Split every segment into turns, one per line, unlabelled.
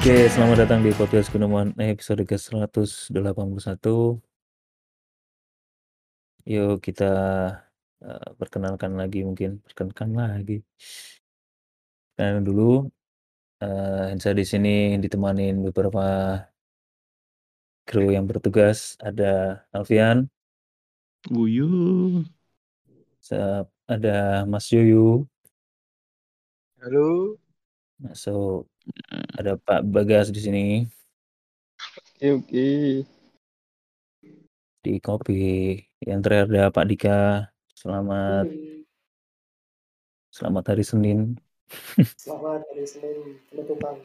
Oke, selamat datang di podcast Gunawan episode ke-181. Yuk kita perkenalkan lagi mungkin. Perkenalkan lagi. Kenalin dulu, Hensa di sini ditemanin beberapa kru yang bertugas. Ada Alfian,
Buyu.
ada Mas Yuyu,
Halo.
so ada Pak Bagas di sini.
Oke.
Di kopi yang terakhir ada Pak Dika. Selamat hari Senin.
Selamat hari Senin penutupan.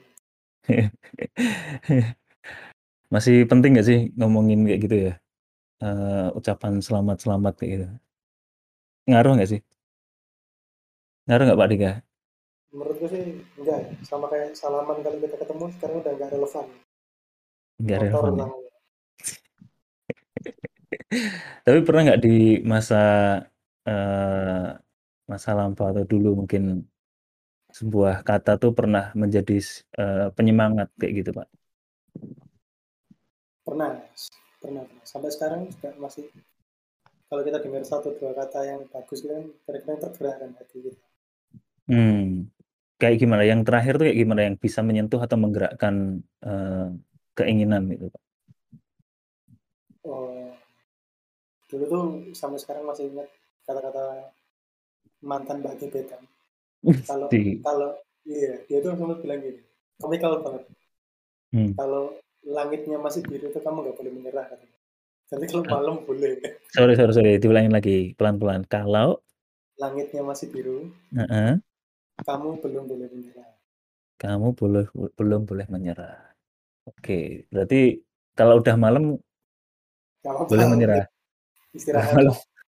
Masih penting nggak sih ngomongin kayak gitu ya? Ucapan selamat kayak gitu. Ngaruh nggak sih? Ngaruh nggak Pak Dika?
Menurutku sih enggak ya. Sama kayak salaman kalau kita ketemu sekarang udah nggak relevan.
Nggak
Kotor
relevan ya?
namanya.
Tapi pernah nggak di masa lampau atau dulu mungkin sebuah kata tuh pernah menjadi penyemangat kayak gitu Pak?
Pernah. Sampai sekarang juga masih kalau kita dengar satu dua kata yang bagus kan kira-kira tergerak kan hati kita.
Kayak gimana? Yang terakhir tuh kayak gimana yang bisa menyentuh atau menggerakkan keinginan gitu Pak?
Dulu tuh sampai sekarang masih ingat kata-kata mantan Mbak Gebetan. Kalau iya, dia tuh selalu bilang gini, komikal banget. Kalau langitnya masih biru itu kamu nggak boleh menyerah katanya. Tapi kalau malam boleh.
Sorry, diulangin lagi pelan-pelan. Kalau
langitnya masih biru, kamu belum boleh menyerah.
Kamu belum boleh menyerah. Oke, berarti kalau udah malam boleh menyerah.
Istirahat lah.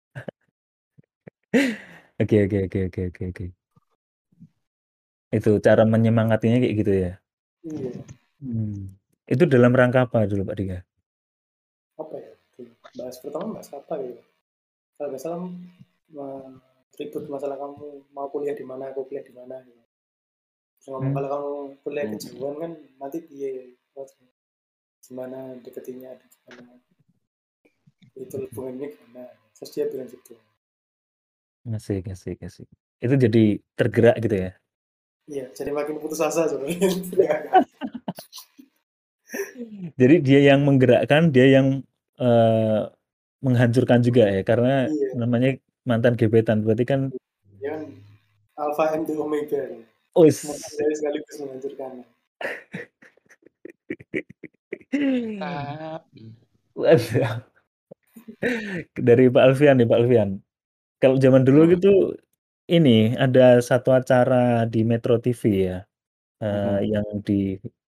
Oke. Itu cara menyemangatinya kayak gitu ya?
Iya.
Itu dalam rangka apa dulu Pak Dika?
Apa ya? Bahas pertama bahas apa gitu. Kalau nggak salah ribut masalah kamu mau kuliah di mana, aku kuliah di mana gitu. Terus ngomong kalau kamu kuliah kejauhan kan nanti piye, gimana deketinnya, gimana itu hubungannya gimana. Terus dia bilang gitu.
Asik. Itu jadi tergerak gitu ya?
Iya, jadi makin putus asa sebenarnya.
Jadi dia yang menggerakkan, dia yang menghancurkan juga ya, karena namanya mantan gebetan, berarti kan
ya kan alpha and the omega. Dari sekaligus menghancurkan.
Dari Pak Alfian nih, Pak Alfian. Kalau zaman dulu gitu, ini ada satu acara di Metro TV ya, yang di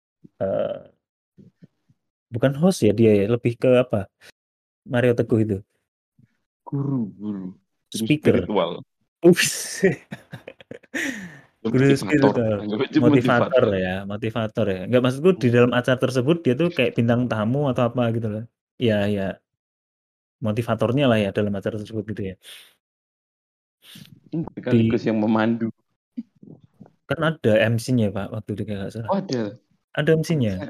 bukan host ya dia ya, lebih ke apa? Mario Teguh itu.
Guru.
Speaker.
Spiritual.
Ups. Guru spiritual. Motivator ya. Enggak, maksudku di dalam acara tersebut dia tuh kayak bintang tamu atau apa gitu loh. Ya. Motivatornya lah ya dalam acara tersebut gitu ya.
Sekaligus yang memandu.
Kan ada MC-nya Pak waktu itu nggak salah.
Oh, ada.
Ada MC-nya.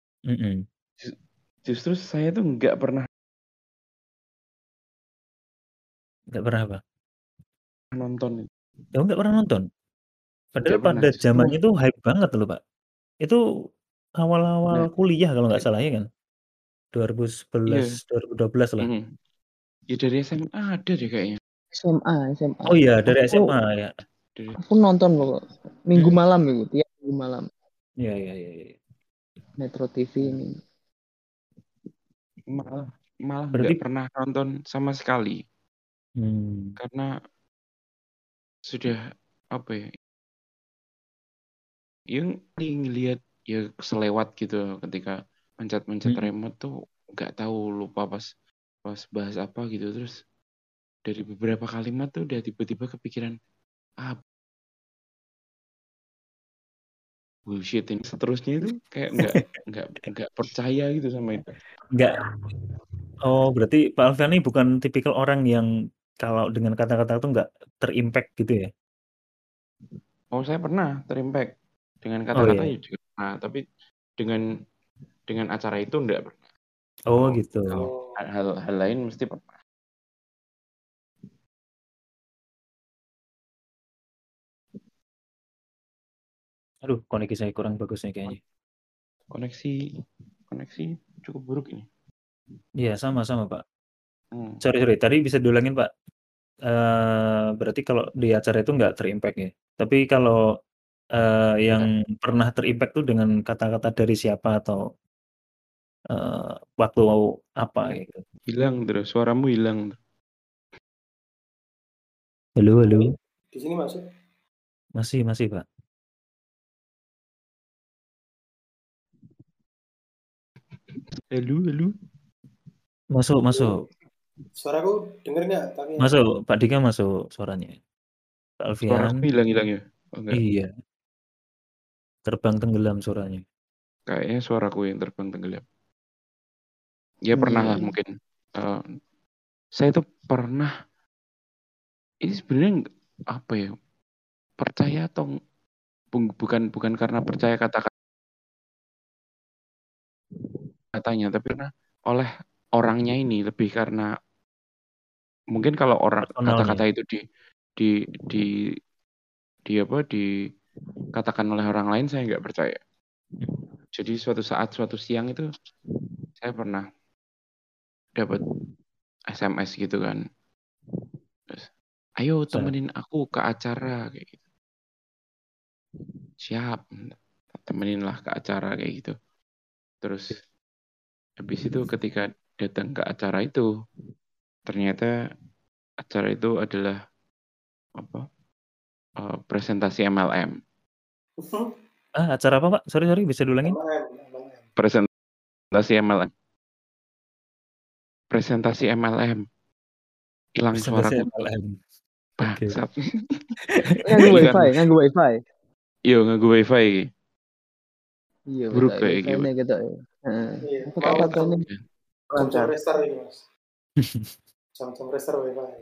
Justru saya tuh nggak pernah
apa?
Nonton.
Nggak pernah nonton. Padahal pada zamannya itu hype banget loh Pak. Itu awal-awal kuliah kalau nggak salah ya kan. 2011, 2012 lah.
Ya dari SMA ada deh kayaknya.
SMA.
Oh iya, dari SMA ya.
Aku nonton kok. Minggu malam itu, tiap minggu malam.
Iya.
Metro TV ini.
Malah nggak pernah nonton sama sekali. Karena sudah apa ya? Yang ngelihat ya selewat gitu ketika mencet remote tuh nggak tahu, lupa pas bahas apa gitu, terus dari beberapa kalimat tuh udah tiba-tiba kepikiran bullshit ini, seterusnya itu kayak nggak percaya gitu sama itu.
Nggak. Oh, berarti Pak Alfian ini bukan tipikal orang yang kalau dengan kata-kata itu nggak terimpact gitu ya?
Oh, saya pernah terimpact dengan kata-kata ya juga. Nah, tapi dengan acara itu enggak pernah.
Oh gitu.
Kalau hal lain mesti pernah.
Aduh, koneksi saya kurang bagus nih kayaknya.
Koneksi cukup buruk ini.
Iya, sama-sama, Pak. Sorry. Tadi bisa diulangin, Pak. Berarti kalau di acara itu nggak terimpact ya. Tapi kalau yang pernah terimpact tuh dengan kata-kata dari siapa atau waktu apa gitu.
Hilang terus, suaramu hilang.
Halo.
Di sini masuk?
Masih, Pak.
Halo.
Masuk.
Suaraku denger nggak?
Masuk, Pak Dika masuk suaranya. Pak Alfian.
Suaraku hilang ya? Oh, enggak.
Iya. Terbang tenggelam suaranya.
Kayaknya suaraku yang terbang tenggelam. Ya pernah lah mungkin. Saya tuh pernah. Ini sebenarnya apa ya? Percaya atau bukan karena percaya katanya, tapi karena oleh orangnya ini lebih karena mungkin kalau orang kata-kata itu dikatakan oleh orang lain saya nggak percaya. Jadi suatu siang itu saya pernah dapat SMS gitu kan. Terus, ayo temenin aku ke acara kayak gitu. Siap, temenin lah ke acara kayak gitu. Terus habis itu ketika datang ke acara itu, ternyata acara itu adalah presentasi MLM.
Acara apa, Pak? Sorry, bisa diulangin?
Presentasi MLM. Presentasi MLM. Hilang suaraku. Bangsat.
Nganggo wifi.
Iya, nganggo wifi.
Iya,
buruk kayak gitu.
Gitu.
Jam restart ini, Mas. Jam restart wifi.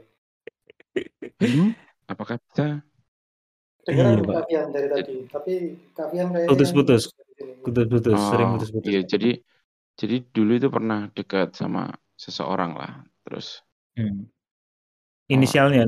Apakah bisa?
Dengar Kavian dari tadi, tapi Kavian kayaknya
putus-putus, sering putus-putus.
Iya, jadi dulu itu pernah dekat sama seseorang lah, terus
inisialnya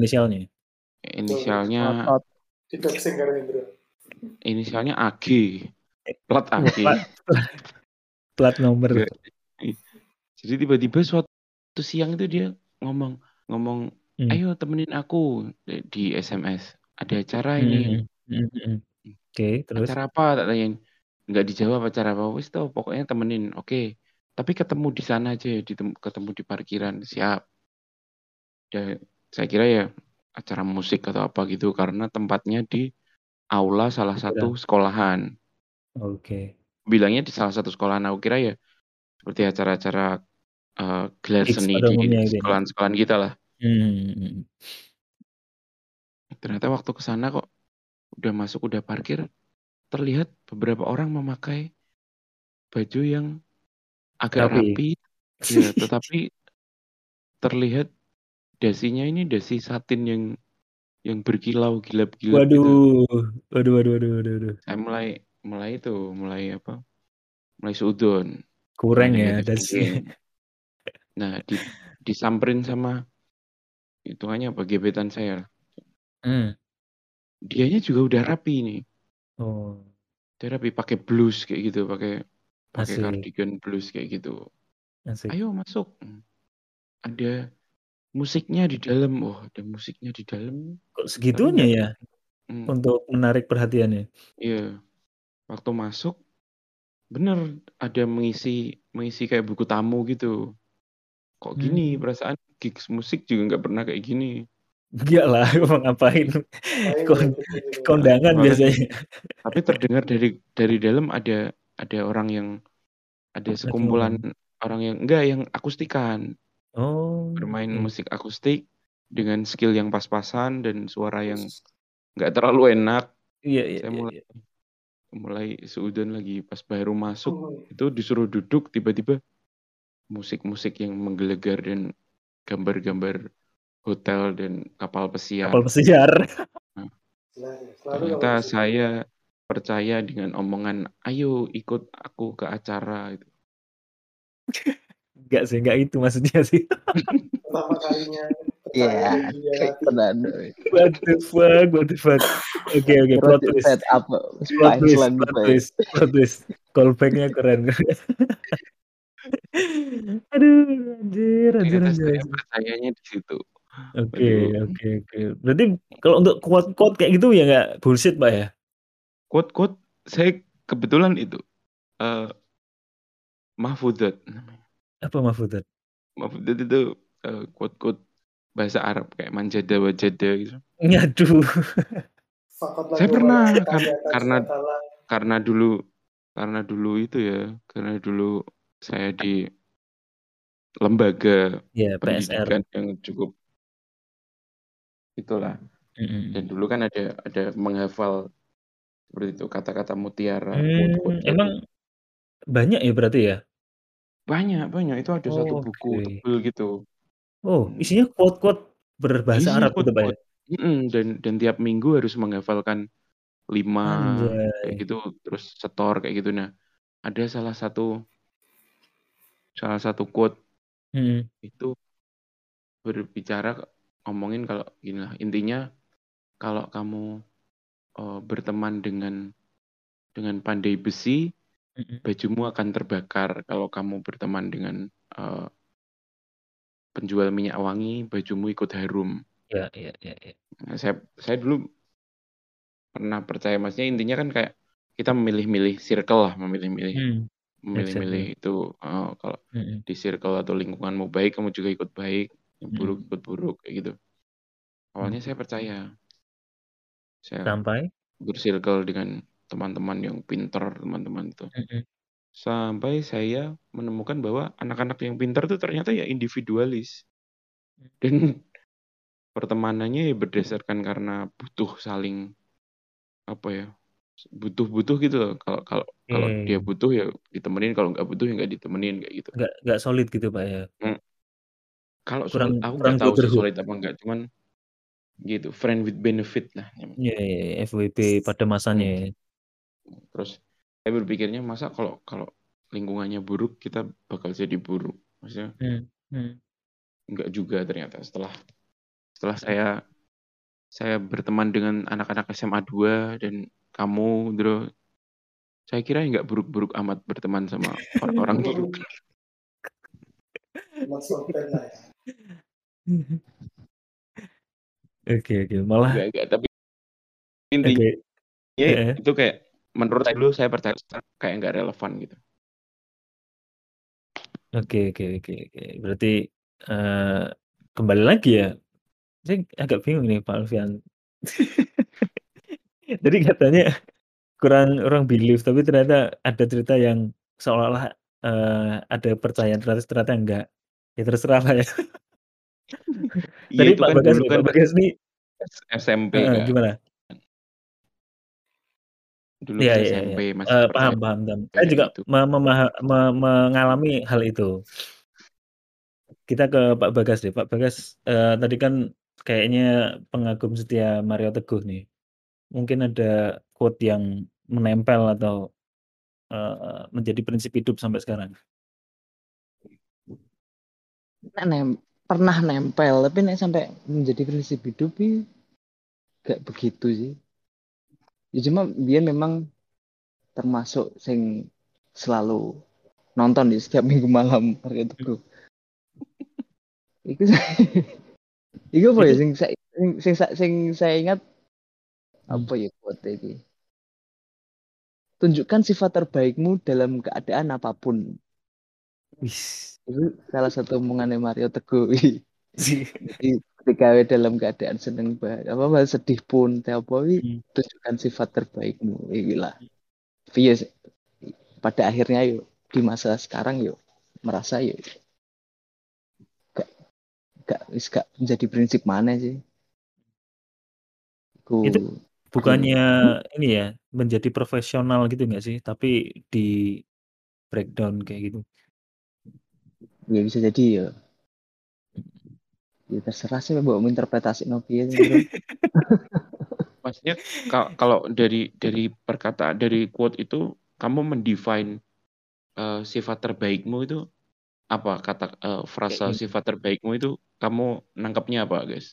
inisialnya AG, plat AG,
plat nomor.
Jadi tiba-tiba suatu siang itu dia ngomong ayo temenin aku di SMS, ada acara ini.
Oke, terus
acara apa, tak tanyain, nggak dijawab acara apa, wis toh pokoknya temenin. Oke, tapi ketemu di sana aja, ketemu di parkiran. Siap. Dan saya kira ya acara musik atau apa gitu, karena tempatnya di aula salah satu sekolahan.
Oke.
Bilangnya di salah satu sekolahan, aku kira ya seperti acara-acara gelar seni di sekolahan-sekolahan kita lah. Ternyata waktu ke sana kok udah masuk, udah parkir, terlihat beberapa orang memakai baju yang agak rapi ya, tetapi terlihat dasinya ini dasi satin yang berkilau gilap-gilap gitu.
Waduh.
Saya mulai seudon.
Kurang ya dasi.
Nah, disamperin sama hitungannya apa, gebetan saya. Dianya juga udah rapi nih. Dia rapi, pakai blus kayak gitu, pakai cardigan blus kayak gitu. Ayo masuk. Ada musiknya di dalam. Ada musiknya di dalam.
Kok segitunya ya? Untuk menarik perhatiannya.
Iya. Waktu masuk, bener ada mengisi kayak buku tamu gitu. Kok gini, perasaan gigs musik juga nggak pernah kayak gini.
Enggak lah, mau ngapain? Kondangan biasanya.
Tapi terdengar dari dalam ada orang yang, ada sekumpulan orang yang akustikan. Bermain musik akustik dengan skill yang pas-pasan dan suara yang nggak terlalu enak.
Iya.
Saya mulai seudon lagi, pas baru masuk itu disuruh duduk, tiba-tiba musik-musik yang menggelegar dan gambar-gambar hotel dan kapal pesiar.
Nah,
ternyata saya percaya dengan omongan, "Ayo ikut aku ke acara," itu.
Enggak itu maksudnya sih.
Pertama kalinya
Iya,
percaya dia hati.
Fernando.
What the fuck. Oke, plot twist.
Set up
Plot
punchline
twist. Callback-nya keren. Aduh, anjir.
Ternyata saya percayanya di situ.
Oke. Berarti kalau untuk quote-quote kayak gitu ya nggak bullshit, Pak ya?
Quote-quote saya kebetulan itu mahfudzat namanya.
Apa mahfudzat?
Mahfudzat itu quote-quote bahasa Arab kayak manjada wajada gitu.
Aduh.
Saya pernah karena dulu itu ya, karena dulu saya di lembaga pendidikan
PSR.
yang cukup itulah. Dan dulu kan ada menghafal seperti itu kata-kata mutiara, quote-quote.
Emang banyak ya berarti ya?
Banyak itu ada satu buku tebel gitu.
Oh, isinya quote-quote berbahasa Arab gitu, Pak ya?
Dan tiap minggu harus menghafalkan 5 kayak gitu, terus setor kayak gitu. Nah, ada salah satu quote itu berbicara ngomongin kalau gini lah, intinya kalau kamu berteman dengan pandai besi, bajumu akan terbakar. Kalau kamu berteman dengan penjual minyak wangi, bajumu ikut harum.
Iya.
Nah, saya dulu pernah percaya, maksudnya intinya kan kayak kita memilih-milih circle lah, memilih-milih itu. Kalau di circle atau lingkunganmu baik, kamu juga ikut baik, yang buruk ikut buruk kayak gitu. Awalnya saya percaya, saya
sampai
bersirkel dengan teman-teman yang pintar, teman-teman itu. Sampai saya menemukan bahwa anak-anak yang pintar itu ternyata ya individualis. Dan pertemanannya ya berdasarkan karena butuh saling butuh gitu loh. Kalau dia butuh ya ditemenin, kalau nggak butuh ya nggak ditemenin kayak gitu.
Nggak solid gitu, Pak ya?
Kalau aku nggak tahu sih solid apa enggak, cuman gitu, friend with benefit lah.
Iya, FWB pada masanya ya.
Terus saya berpikirnya masa kalau lingkungannya buruk kita bakal jadi buruk, maksudnya enggak juga ternyata. Setelah saya berteman dengan anak-anak SMA 2 dan kamu, Dro, saya kira nggak buruk-buruk amat berteman sama orang-orang buruk.
Oke, malah
enggak, tapi intinya itu kayak menurut saya dulu, saya percaya kayak nggak relevan gitu.
Oke. Berarti kembali lagi ya, saya agak bingung nih Pak Alfian. Jadi katanya kurang belief, tapi ternyata ada cerita yang seolah-olah ada percayaan, ternyata enggak. Ya terserah lah ya. Tadi
Itu
Pak
kan
Bagas
dulu kan
nih
SMP kan.
Gimana?
Dulu kan SMP masih percaya.
Paham. Saya juga
gitu.
mengalami hal itu. Kita ke Pak Bagas deh. Pak Bagas tadi kan kayaknya pengagum setia Mario Teguh nih. Mungkin ada quote yang menempel atau menjadi prinsip hidup sampai sekarang.
Pernah nempel, tapi sampai menjadi prinsip hidup gak begitu sih. Ya cuma dia memang termasuk sing selalu nonton di setiap minggu malam Mario Teguh. Iku apa ya sing saya ingat apa ya quote ini. Tunjukkan sifat terbaikmu dalam keadaan apapun. Itu salah satu omongannya Mario Teguh. Jadi ketika dalam keadaan seneng banget, sedih pun, tunjukkan sifat terbaikmu. Inilah. Yes, pada akhirnya yuk di masa sekarang yuk merasa yuk gak menjadi prinsip mana sih?
Itu bukannya ini ya menjadi profesional gitu nggak sih? Tapi di breakdown kayak gitu.
Ya bisa jadi ya. Ya terserah sih mau interpretasi nopi ya.
Maksudnya kalau dari perkataan dari quote itu kamu mendefine sifat terbaikmu itu apa frasa
Kayak gini.
sifat terbaikmu itu kamu nangkapnya apa, guys?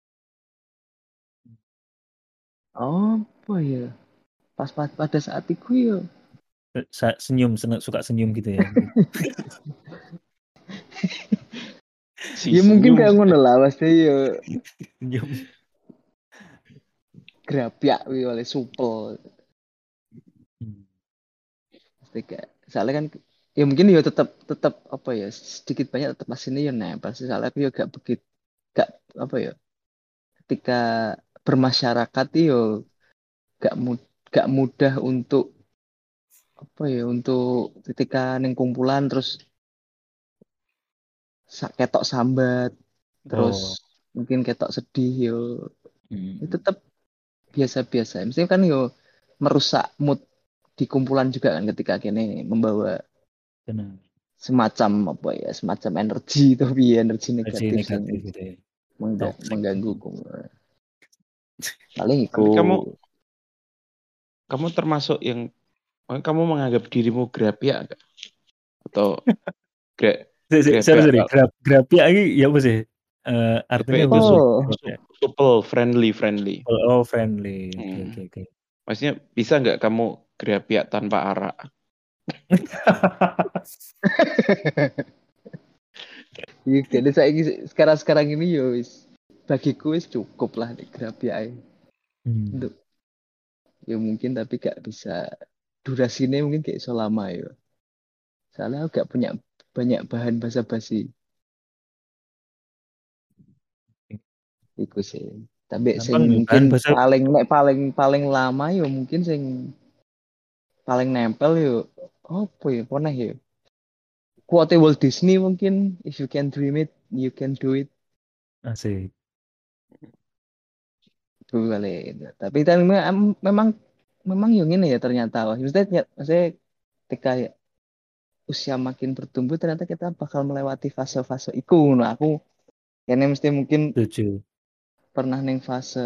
Apa ya? Pas pada saat itu ya.
Senyum, suka senyum gitu ya.
Si
Ya mungkin
senyum.
kayak ngono lah pasti ya
Senyum.
grapyak oleh supel. Pasti kayak soalnya kan ya mungkin ya tetap apa ya sedikit banyak tetap aslinya ya nempel sih soalnya aku ya gak apa ya ketika bermasyarakat yo gak mudah untuk apa ya untuk ketika neng kumpulan terus ketok sambat terus
Oh.
mungkin ketok sedih yo
Hmm.
tetap biasa-biasa mesti kan yo merusak mood di kumpulan juga kan ketika kini membawa
Benar.
semacam apa ya semacam energi tapi energi
Energi
negatif yang
negatif gitu ya. Toxic.
mengganggu kumpulan paling
Tapi
iku
kamu termasuk yang kamu menganggap dirimu grapyak gak? Atau
Sorry.
grapyak
Grapia ini ya apa sih? Artinya apa
itu
sih?
supel friendly.
Oh, friendly. Oke.
Maksudnya bisa nggak kamu grapyak tanpa arak?
Iya, jadi saya sekarang ini yo bagiku wis cukup lah di grafik untuk ya mungkin tapi gak bisa durasinya mungkin kayak selama ya soalnya aku gak punya banyak bahan basa-basi itu sih tapi sing
bahan
mungkin
bahasa
paling lama yo mungkin sing paling nempel yo apa ya pernah ya quote Walt Disney mungkin if you can dream it you can do it
asik.
boleh tapi memang yang ini ya ternyata maksudnya ketika usia makin bertumbuh ternyata kita bakal melewati fase-fase itu nah aku kayaknya mesti mungkin
Setuju.
pernah neng fase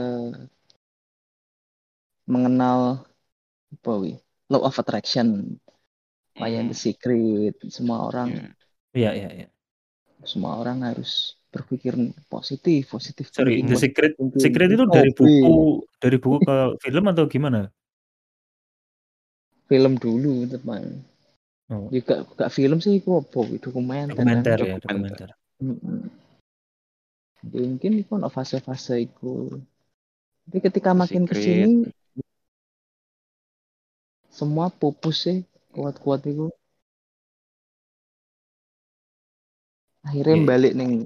mengenal apa law of attraction kayak The Secret
Iya.
semua orang harus berpikir positif
Sorry,
thinking
The
positive
Secret
thinking
itu
hobi
dari buku ke film atau gimana?
film dulu teman
Oh,
juga gak film sih itu apa dokumenter kan
dokumenter.
Ya, mungkin itu ada fase-fase itu tapi ketika
The
makin
Secret.
kesini semua pupus sih kuat-kuat itu akhirnya
Iya.
balik nih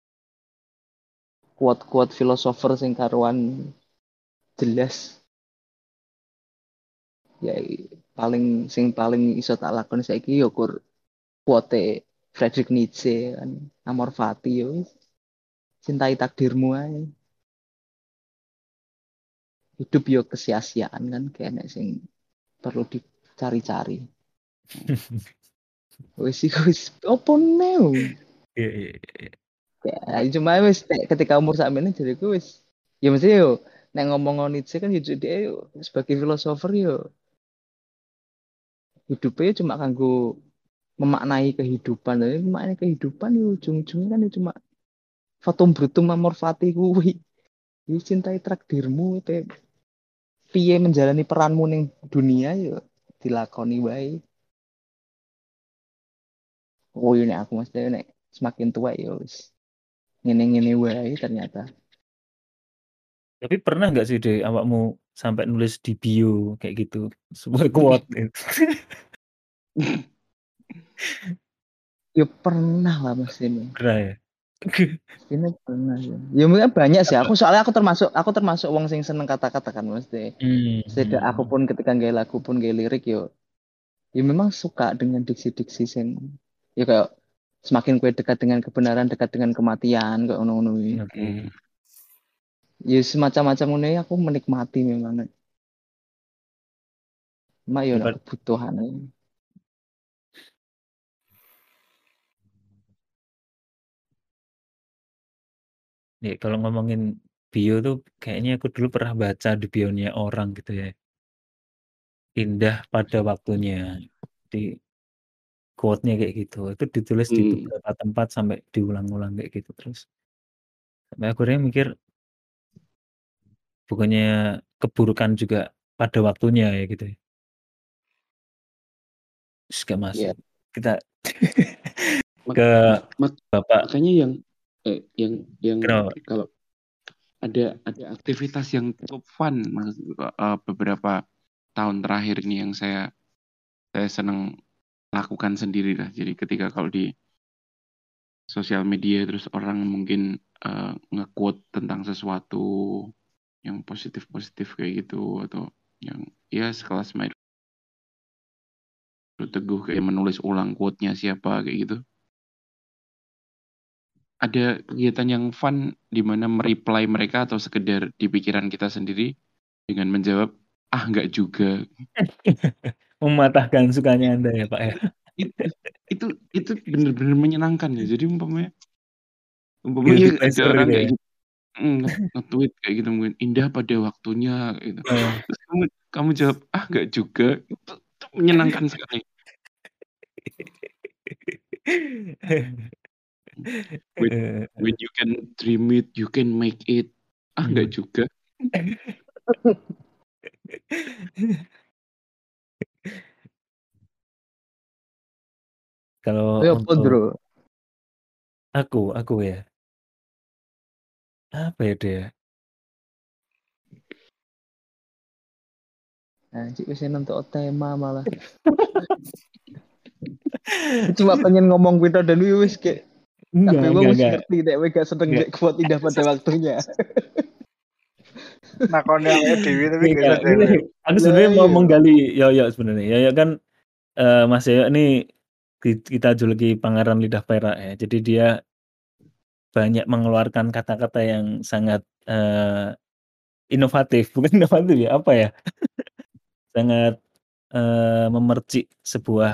kuat-kuat filosofer sing karuan jelas ya paling iso tak lakoni saiki yo kur quote Friedrich Nietzsche kan Amor Fati yo cintai takdirmu ae hidup yo kesia-siaan kan kayak sing perlu dicari-cari wis opo neo
Iya.
ya cuma wis ketika umur sakmene jadiku wis ya mesti yo nek ngomong Nietzsche kan yo dia yo sebagai filosofer yo hidupnya cuma kanggo memaknai kehidupan. Jadi memaknai kehidupan ya ujung-ujungnya kan ya cuma fatum brutum amor fati kuwi. Ya cintai takdirmu itu piye menjalani peranmu ning dunia ya dilakoni wae. Oh ini aku mesti nek semakin tua ya wis ngene-ngene wae ternyata.
Tapi pernah nggak sih deh awakmu sampai nulis di bio kayak gitu sebuah quote itu?
Ya pernah lah Mas ini.
Pernah ya?
Ini pernah ya. Ya mungkin banyak sih. Soalnya aku termasuk wong sing seneng kata-kata kan mesti. Aku pun ketika nggak lagu pun nggak lirik yo. Ya memang suka dengan diksi-diksi sing ya kayak semakin kue dekat dengan kebenaran dekat dengan kematian kayak ngono-ngono
Oke.
ya semacam-macam ngono aku menikmati memang mak ya
Tempat
kebutuhan
ya kalau ngomongin bio tuh kayaknya aku dulu pernah baca di bionya orang gitu ya. Indah pada waktunya. Di quote-nya kayak gitu. Itu ditulis di beberapa tempat sampai diulang-ulang kayak gitu terus. Sampai akhirnya mikir bukannya keburukan juga pada waktunya ya gitu ya. Terus gak masuk. Kita ke Bapak.
Makanya yang
Kenapa?
kalau ada aktivitas yang cukup fun beberapa tahun terakhir ini yang saya senang lakukan sendiri lah. Jadi ketika kalau di sosial media terus orang mungkin nge-quote tentang sesuatu yang positif-positif kayak gitu atau yang ya sekelas Mairo Teguh kayak menulis ulang quote-nya siapa kayak gitu. Ada kegiatan yang fun di mana mereply mereka atau sekedar di pikiran kita sendiri dengan menjawab enggak juga.
Mematahkan sukanya Anda ya Pak ya.
Itu benar-benar menyenangkan ya. Jadi umpamanya ada orang
gitu
kayak
ya?
gitu nge-tweet kayak gitu mungkin indah pada waktunya gitu. Terus kamu jawab enggak juga. Itu menyenangkan sekali. When you can dream it, you can make it. Enggak juga.
Kalau untuk aku ya. Apa ya dia?
Anjir wis nonton tema malah. Cuma pengen ngomong Vito dan wis kayak tapi gue wis ngerti nek gak seneng nek kuat indah pada waktunya.
Nah, kalau yang Dewi tapi gak sadar.
Aku sebenarnya mau menggali Yoyo sebenarnya. Yoyo kan Mas Yoyo ini kita juluki Pangeran Lidah Perak ya. Jadi dia banyak mengeluarkan kata-kata yang sangat inovatif, bukan inovatif ya, apa ya? Sangat memercik sebuah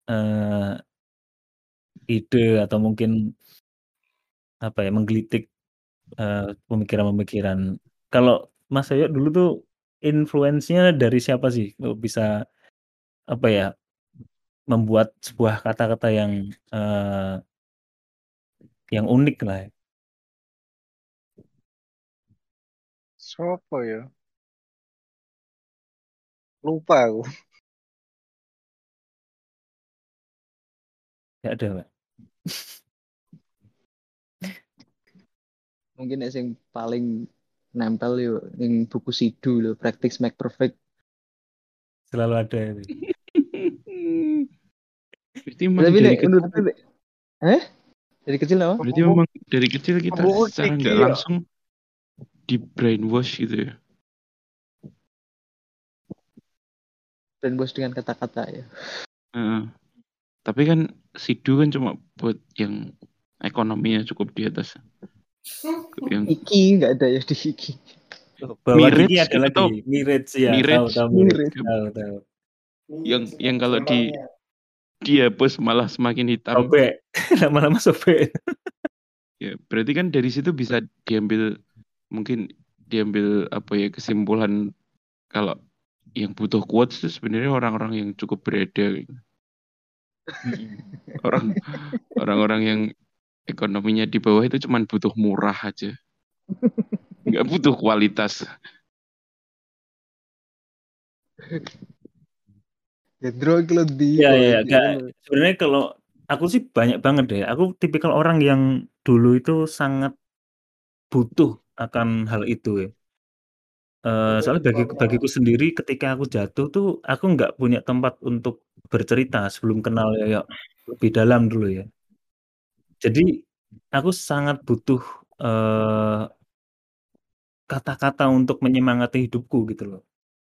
ide atau mungkin apa ya, menggelitik pemikiran-pemikiran. Kalau Mas Yoyo dulu tuh influence-nya dari siapa sih? Kok bisa apa ya, membuat sebuah kata-kata yang unik lah ya.
Sopo ya? Lupa aku.
Gak ada, Pak.
Mungkin yang paling nempel yo yang buku Sidu loh, Practice Make Perfect.
Selalu ada itu.
Berarti memang dari kecil.
Dari kecil apa?
Berarti memang dari kecil kita secara nggak langsung di brainwash gitu ya.
Brainwash dengan kata-kata ya.
Tapi kan Sidu kan cuma buat yang ekonominya cukup di atas.
Yang Iki nggak ada ya di Iki.
Bawah Iki ada lagi. Mirage ya. Tahu.
Yang kalau dihapus malah semakin hitam.
Sobek. Lama-lama sobek.
Ya, berarti kan dari situ bisa diambil apa ya kesimpulan kalau yang butuh quotes itu sebenarnya orang-orang yang cukup berada. Orang-orang yang ekonominya di bawah itu cuma butuh murah aja. Nggak butuh kualitas.
Ya. Sebenarnya kalau aku sih banyak banget deh. Aku tipikal orang yang dulu itu sangat butuh akan hal itu ya. Soalnya bagiku sendiri ketika aku jatuh tuh aku nggak punya tempat untuk bercerita sebelum kenal ya lebih dalam dulu ya. Jadi aku sangat butuh kata-kata untuk menyemangati hidupku gitu loh.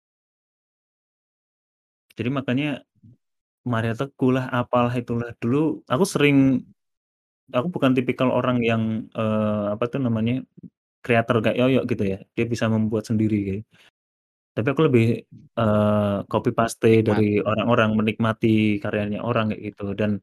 Jadi makanya Mario Teguh lah, apalah itulah. Dulu aku bukan tipikal orang yang apa tuh namanya kreator kayak Yoyo gitu ya. Dia bisa membuat sendiri gitu. Tapi aku lebih copy paste dari orang-orang, menikmati karyanya orang kayak gitu. Dan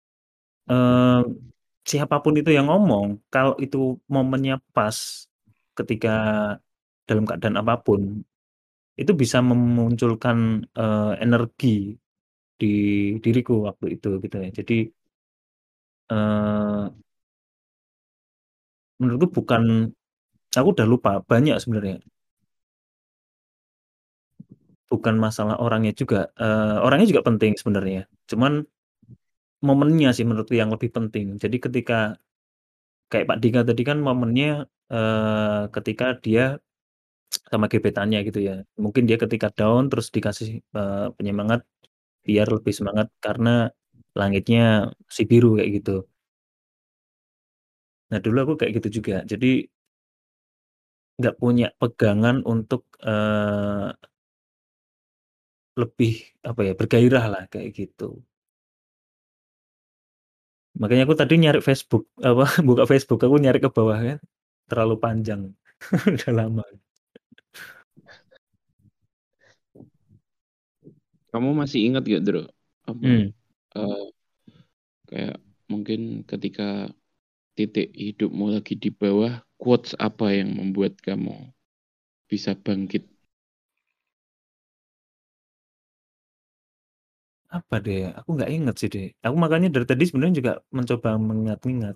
siapapun itu yang ngomong, kalau itu momennya pas, ketika dalam keadaan apapun, itu bisa memunculkan, energi di diriku waktu itu gitu ya. Jadi, eee menurutku aku udah lupa, banyak sebenarnya. Bukan masalah orangnya juga, orangnya juga penting sebenarnya, cuman momennya sih menurutku yang lebih penting. Jadi ketika kayak Pak Dika tadi kan momennya, ketika dia sama gebetannya gitu ya. Mungkin dia ketika down terus dikasih, penyemangat biar lebih semangat karena langitnya masih biru kayak gitu. Nah dulu aku kayak gitu juga. Jadi nggak punya pegangan untuk, lebih apa ya, bergairah lah kayak gitu. Makanya aku tadi nyari Facebook, apa, buka Facebook aku nyari ke bawah kan, terlalu panjang, udah lama.
Kamu masih ingat gak, Dro? Apa?
Hmm.
Kayak mungkin ketika titik hidupmu lagi di bawah, quotes apa yang membuat kamu bisa bangkit?
Apa deh, aku nggak inget sih deh. Aku makanya dari tadi sebenarnya juga mencoba mengingat-ingat.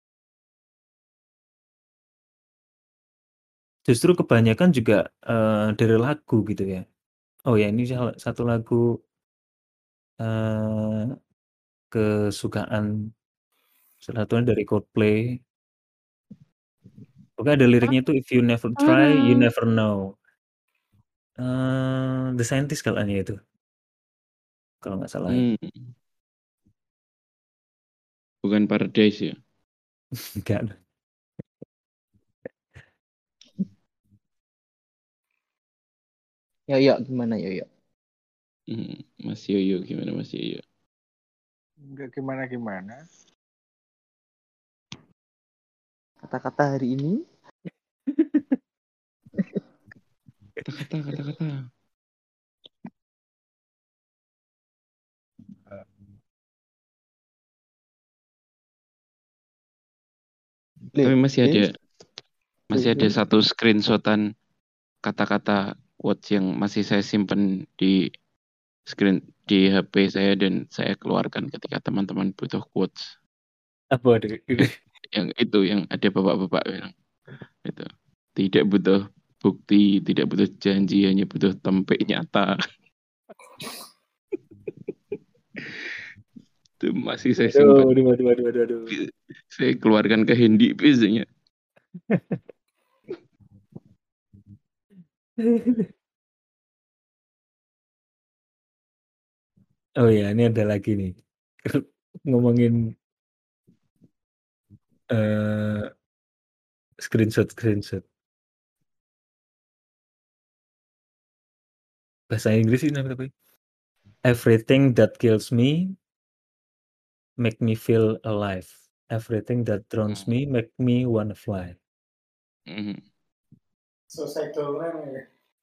Justru kebanyakan juga, dari lagu gitu ya. Oh ya ini salah satu lagu, eee, kesukaan salah satunya dari Coldplay. Pokoknya ada liriknya itu, "If you never try, you never know." The Scientist kayaknya itu, kalau nggak salah ya.
Bukan Paradise ya?
Enggak.
Yoyo gimana Yoyo?
Mas Yoyo gimana Mas Yoyo?
Enggak gimana-gimana.
Kata-kata hari ini?
Kata-kata. Tapi masih ada satu screenshotan kata-kata quotes yang masih saya simpan di HP saya dan saya keluarkan ketika teman-teman butuh quotes.
Apa deh?
Yang itu yang ada bapak-bapak bilang itu tidak butuh bukti, tidak butuh janji, hanya butuh tempe nyata. Itu masih saya simpan.
Waduh.
Saya keluarkan ke Hendy biasanya.
Oh ya, ini ada lagi nih. Ngomongin screenshot. Bahasa Inggris ini apa? Everything that kills me make me feel alive. Everything that drowns me make me wanna fly.
Suicidal ya.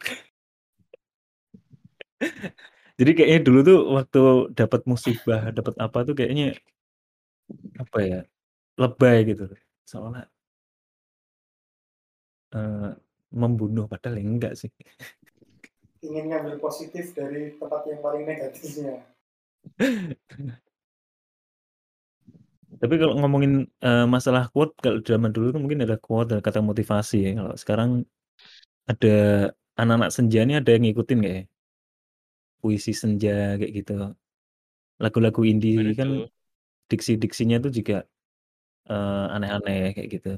Jadi kayaknya dulu tuh waktu dapat musibah, dapat apa tuh kayaknya apa ya, lebay gitu. Seolah membunuh padahal enggak sih.
Ingin ngambil positif dari tempat yang paling negatifnya.
Tapi kalau ngomongin masalah quote, kalau zaman dulu tuh mungkin ada quote, ada kata motivasi ya. Kalau sekarang ada anak-anak senja ini ada yang ngikutin nggak ya? Puisi senja kayak gitu. Lagu-lagu indie kan diksi-diksinya tuh juga aneh-aneh kayak gitu.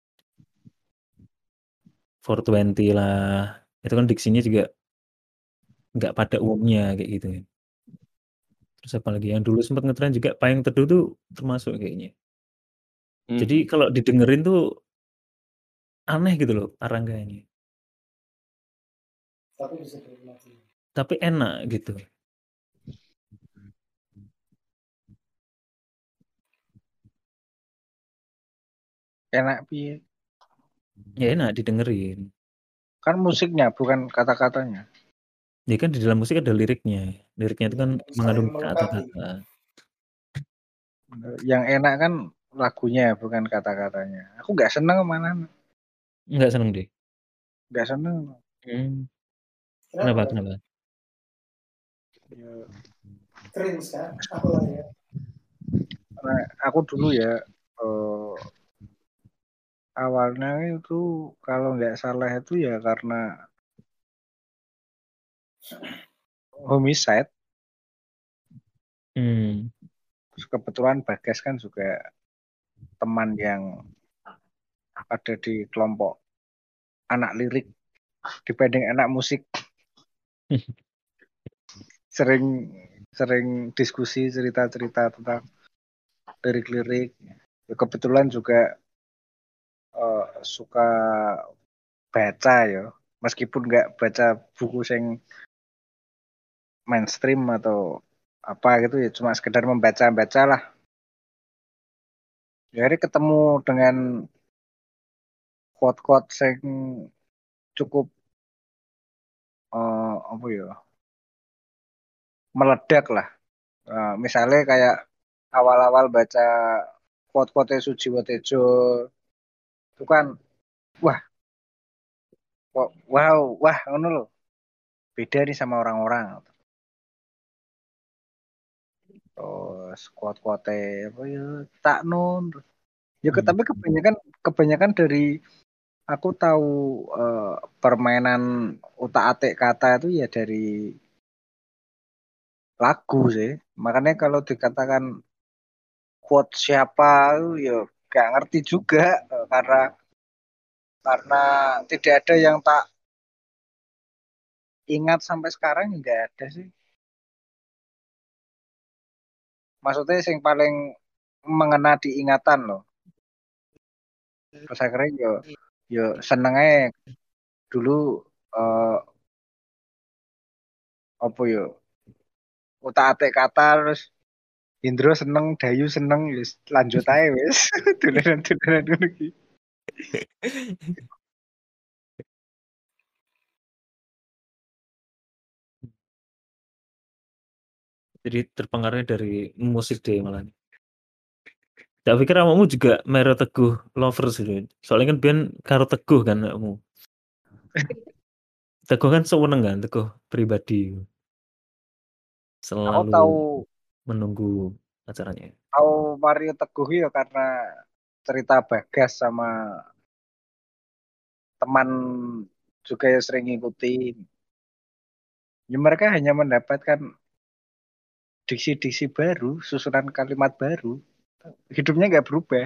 420 lah, itu kan diksinya juga nggak pada umumnya kayak gitu ya. Terus apalagi yang dulu sempat ngetren juga Payung Teduh tuh termasuk kayaknya. Jadi kalau didengerin tuh aneh gitu loh arangganya.
Tapi bisa dinikmati.
Tapi enak gitu.
Enak piye?
Ya enak didengerin.
Kan musiknya bukan kata-katanya.
Ya kan di dalam musik ada liriknya. Liriknya itu kan mengandung kata-kata.
Yang enak kan lagunya bukan kata-katanya. Aku nggak seneng mana.
Enggak seneng deh.
Nggak seneng.
Kenapa?
Ya,
Cringe kan? Aku lah ya.
nah, aku dulu ya awalnya itu kalau nggak salah itu ya karena Homicide. Kebetulan Bagas kan juga teman yang ada di kelompok anak lirik dibanding anak musik. sering diskusi cerita-cerita tentang lirik-lirik. Kebetulan juga suka baca ya, meskipun nggak baca buku yang mainstream atau apa gitu ya, cuma sekedar membaca lah. Jadi ketemu dengan quote-quote yang cukup apa ya, meledak lah. Misalnya kayak awal-awal baca quote-quote Sujiwo Tejo itu kan wah ngono loh, beda nih sama orang-orang. Terus quote-quote apa ya, tak nun ya, tapi kebanyakan dari aku tahu permainan utak-atik kata itu ya dari lagu sih. Makanya kalau dikatakan quote siapa ya gak ngerti juga, karena tidak ada yang tak ingat sampai sekarang, nggak ada sih. Maksudnya yang paling mengena di ingatan loh. Terus akhirnya yo senengnya dulu apa yo utak-atik kata, terus Indro seneng, Dayu seneng, wis lanjut aja wis. Dolanan ngono iki.
Jadi terpengaruhnya dari musik deh malah. Tak pikir kamu juga Mero Teguh lovers gitu. Soalnya kan Bian karo Teguh kan kamu. Teguh kan seneng kan, Teguh pribadi.
Aku
Selalu
tahu
menunggu acaranya.
Mario Teguh ya karena cerita Bagas sama teman juga yang sering ngikutin. Ya mereka hanya mendapatkan diksi-diksi baru, susunan kalimat baru. Hidupnya nggak berubah.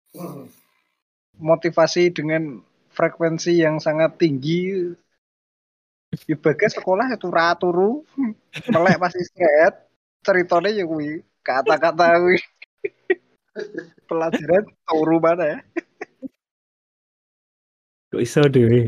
Motivasi dengan frekuensi yang sangat tinggi. Di Bagas sekolah itu turu, melek pasti istirahat. Ceritanya ya kuwi, kata-kata kuwi. Pelajaran turu mana ya?
Kok iso dewe?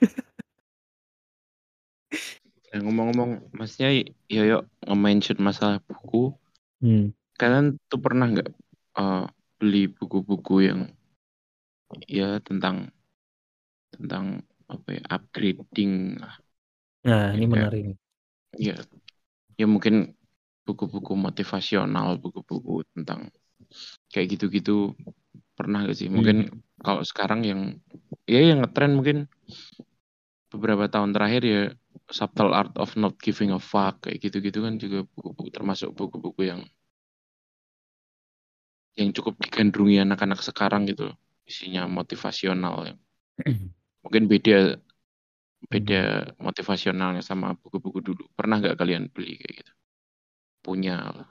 Ngomong-ngomong, maksudnya Yoyo nge-mention masalah buku. Kalian tuh pernah nggak beli buku-buku yang ya tentang apa ya, upgrading lah.
Nah,
Ya,
ini menarik.
Ya mungkin buku-buku motivasional, buku-buku tentang kayak gitu-gitu, pernah gak sih? Mungkin kalau sekarang yang ngetren mungkin beberapa tahun terakhir ya Subtle Art of Not Giving a Fuck, kayak gitu-gitu kan juga buku-buku, termasuk buku-buku yang cukup digandrungi anak-anak sekarang gitu, isinya motivasional yang mungkin beda motivasionalnya sama buku-buku dulu. Pernah nggak kalian beli kayak gitu? Punya lah.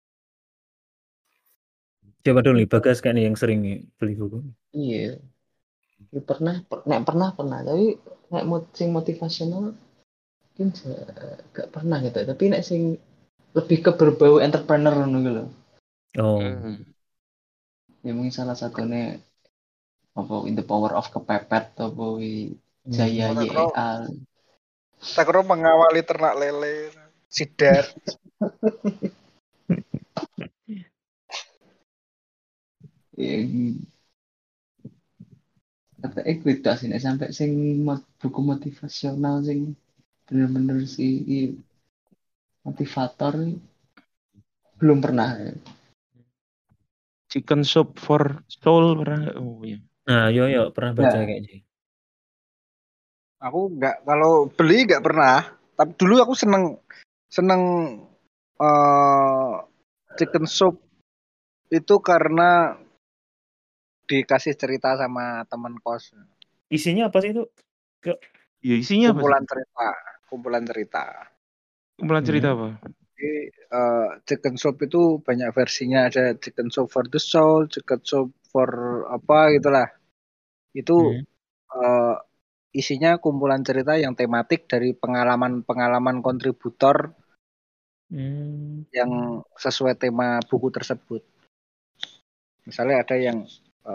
Coba dulu nih, Bagas kayak nih yang sering beli buku.
Iya. Ya, pernah, tapi nek sing motivasional mungkin gak pernah gitu. Tapi nek sing lebih ke berbau entrepreneur gitu loh.
Oh.
Ya mungkin salah satunya apa In the Power of Kepepet atau Jaya YEA.
Takro mengawali ternak lele, sidar.
Kata beda sih sampai sing buku motivasional sing bener-bener si motivator belum pernah.
Chicken Soup for Soul pernah nggak? Oh, ya.
Nah, yo pernah baca kayaknya.
Aku nggak, kalau beli nggak pernah. Tapi dulu aku seneng chicken soup itu karena dikasih cerita sama teman kos.
Isinya apa sih itu?
Ya isinya apa sih?
Kumpulan cerita.
Kumpulan cerita apa?
Jadi chicken soup itu banyak versinya, ada chicken soup for the soul, chicken soup for apa gitulah. Itu isinya kumpulan cerita yang tematik dari pengalaman kontributor yang sesuai tema buku tersebut. Misalnya ada yang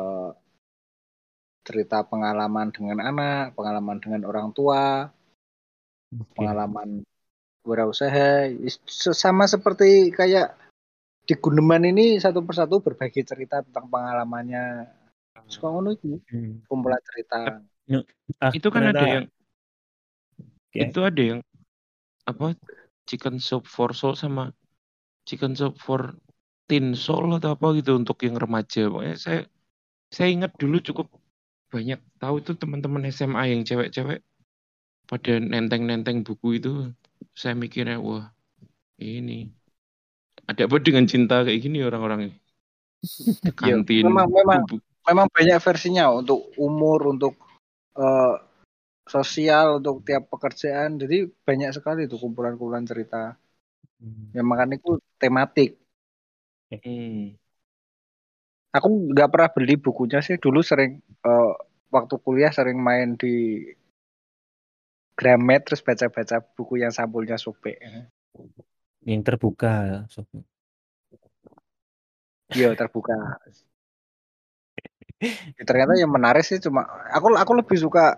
cerita pengalaman dengan anak, pengalaman dengan orang tua, pengalaman wirausaha, sama seperti kayak di Guneman ini satu persatu berbagi cerita tentang pengalamannya. Suka ngono itu, kumpulan cerita.
Itu kan ada yang itu ada yang apa chicken soup for soul sama chicken soup for teen soul atau apa gitu untuk yang remaja. Pokoknya saya ingat dulu cukup banyak tahu itu teman-teman SMA yang cewek-cewek pada nenteng-nenteng buku itu. Saya mikirnya wah ini ada apa dengan cinta kayak gini orang-orang ke kantin.
Memang banyak versinya untuk umur, untuk sosial, untuk tiap pekerjaan. Jadi banyak sekali itu kumpulan-kumpulan cerita. Yang makanya itu tematik. Aku nggak pernah beli bukunya sih. Dulu sering waktu kuliah sering main di Gramet terus baca-baca buku yang sampulnya Sobe.
Yang terbuka.
Iya terbuka. Ternyata yang menarik sih cuma aku lebih suka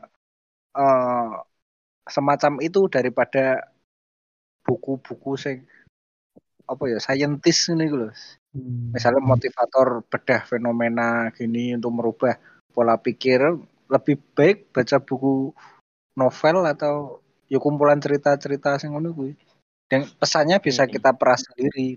semacam itu daripada buku-buku sing apa ya saintis ini loh. Misalnya motivator bedah fenomena gini untuk merubah pola pikir, lebih baik baca buku novel atau ya kumpulan cerita-cerita sing ngono kuwi. Dan pesannya bisa kita peras sendiri.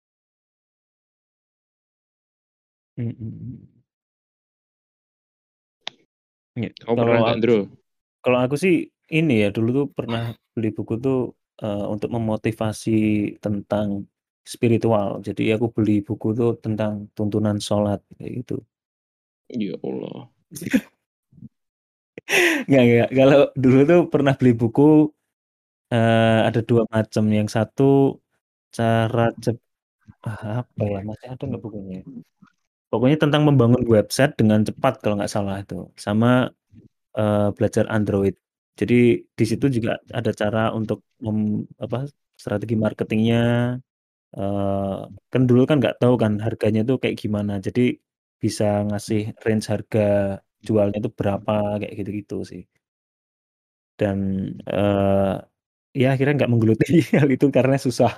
Ya, kalau aku sih ini ya dulu tuh pernah beli buku tuh untuk memotivasi tentang spiritual. Jadi aku beli buku tuh tentang tuntunan sholat kayak gitu.
Ya Allah.
Nggak. Kalau dulu tuh pernah beli buku ada 2 macam. Yang satu cara apa ya? Masih ada nggak bukunya? Pokoknya tentang membangun website dengan cepat kalau nggak salah itu. Sama belajar Android. Jadi di situ juga ada cara untuk strategi marketingnya. Kan dulu kan nggak tahu kan harganya tuh kayak gimana. Jadi bisa ngasih range harga jualnya itu berapa kayak gitu-gitu sih. Dan ya akhirnya nggak menggeluti hal itu karena susah.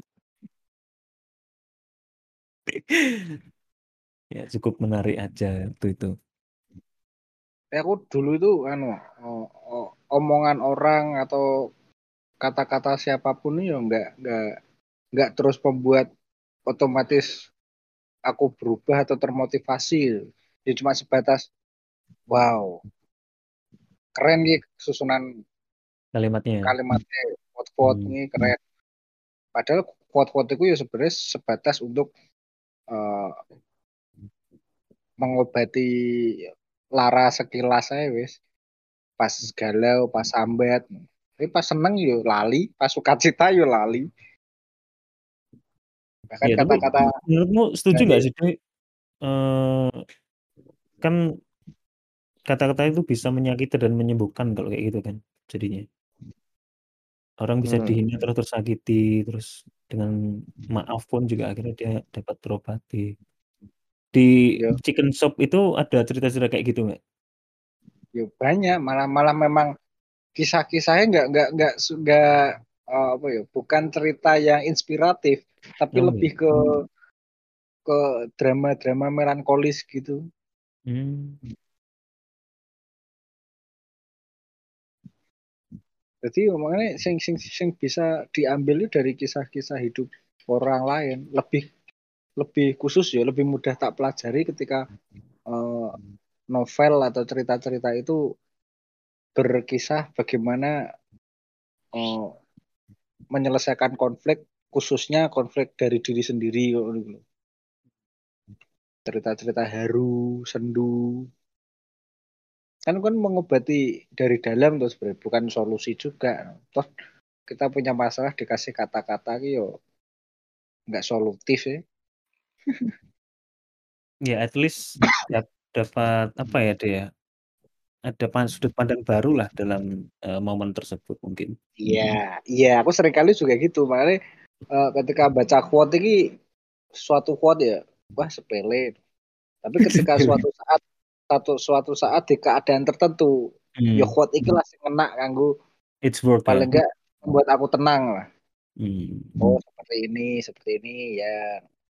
Ya cukup menarik aja waktu itu.
Aku dulu itu omongan orang atau kata-kata siapapun ya nggak terus membuat otomatis aku berubah atau termotivasi. Ya cuma sebatas wow keren nih susunan
kalimatnya
quote ini keren. Padahal quote itu ya sebenarnya sebatas untuk mengobati lara sekilas saya wis. Pas galau, pas sambat. Tapi pas seneng yo lali, pas sukacita yo lali. Bahkan
ya,
kata-kata
menurutmu setuju nggak sih kan kata-kata itu bisa menyakiti dan menyembuhkan kalau kayak gitu kan jadinya orang bisa dihina terus tersakiti terus dengan maaf pun juga akhirnya dia dapat terobati. Di chicken shop itu ada cerita-cerita kayak gitu nggak?
Ya banyak, malah memang kisah-kisahnya nggak apa ya, bukan cerita yang inspiratif, tapi lebih ke drama-drama melankolis gitu. Jadi makanya sing bisa diambil dari kisah-kisah hidup orang lain, lebih khusus ya, lebih mudah tak pelajari ketika novel atau cerita-cerita itu berkisah bagaimana menyelesaikan konflik, khususnya konflik dari diri sendiri. Cerita-cerita haru, sendu. Kan mengobati dari dalam terus bukan solusi juga. Toh kita punya masalah dikasih kata-kata yo nggak solutif ya.
Ya at least dapat apa ya dia? Ada sudut pandang baru lah dalam momen tersebut mungkin.
Iya, aku seringkali juga gitu. Makanya ketika baca quote ini suatu quote ya, wah sepele. Tapi ketika suatu saat di keadaan tertentu, ya quote iki lah sing ngena kanggo
it's work
paling enggak membuat aku tenang lah. Oh, seperti ini ya.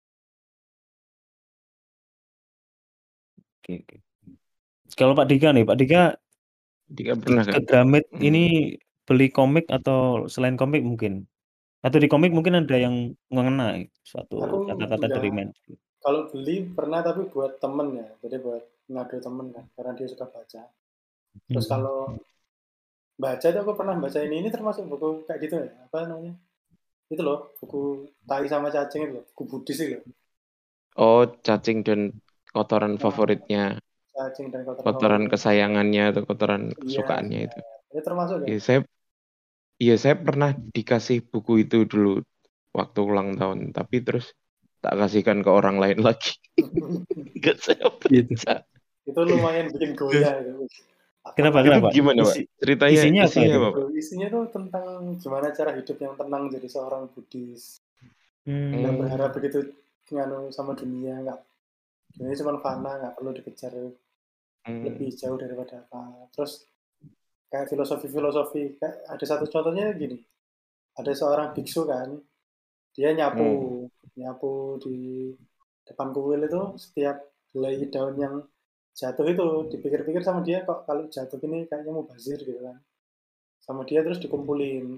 Oke. Kalau Pak Dika nih, Pak Dika
pernah
ke Gramet ini beli komik atau selain komik mungkin? Atau di komik mungkin ada yang mengena suatu kata-kata dari men.
Kalau beli pernah tapi buat temen ya, jadi buat ngadu temen kan, karena dia suka baca. Terus kalau baca itu aku pernah baca ini termasuk buku kayak gitu ya, apa namanya? Itu loh, buku Tai sama Cacing itu loh, buku Buddhis itu loh.
Oh, Cacing dan kotoran favoritnya.
Cacing dan
kotoran kesayangannya atau kotoran kesukaannya itu.
Itu termasuk ya?
Saya pernah dikasih buku itu dulu waktu ulang tahun, tapi terus tak kasihkan ke orang lain lagi. Enggak saya baca.
Itu lumayan bikin goyah gitu.
Kenapa?
Itu gimana, Pak? Ceritanya isinya apa, Pak?
Isinya tuh tentang gimana cara hidup yang tenang jadi seorang Buddhis. Nggak berharap begitu sama dunia, dunia cuma fana, nggak perlu dikejar lebih jauh daripada apa. Terus kayak filosofi kayak ada satu contohnya gini, ada seorang biksu kan, dia nyapu di depan kuil itu, setiap helai daun yang jatuh itu dipikir-pikir sama dia, kok kalau jatuh ini kayaknya mau bazir gitu kan, sama dia terus dikumpulin.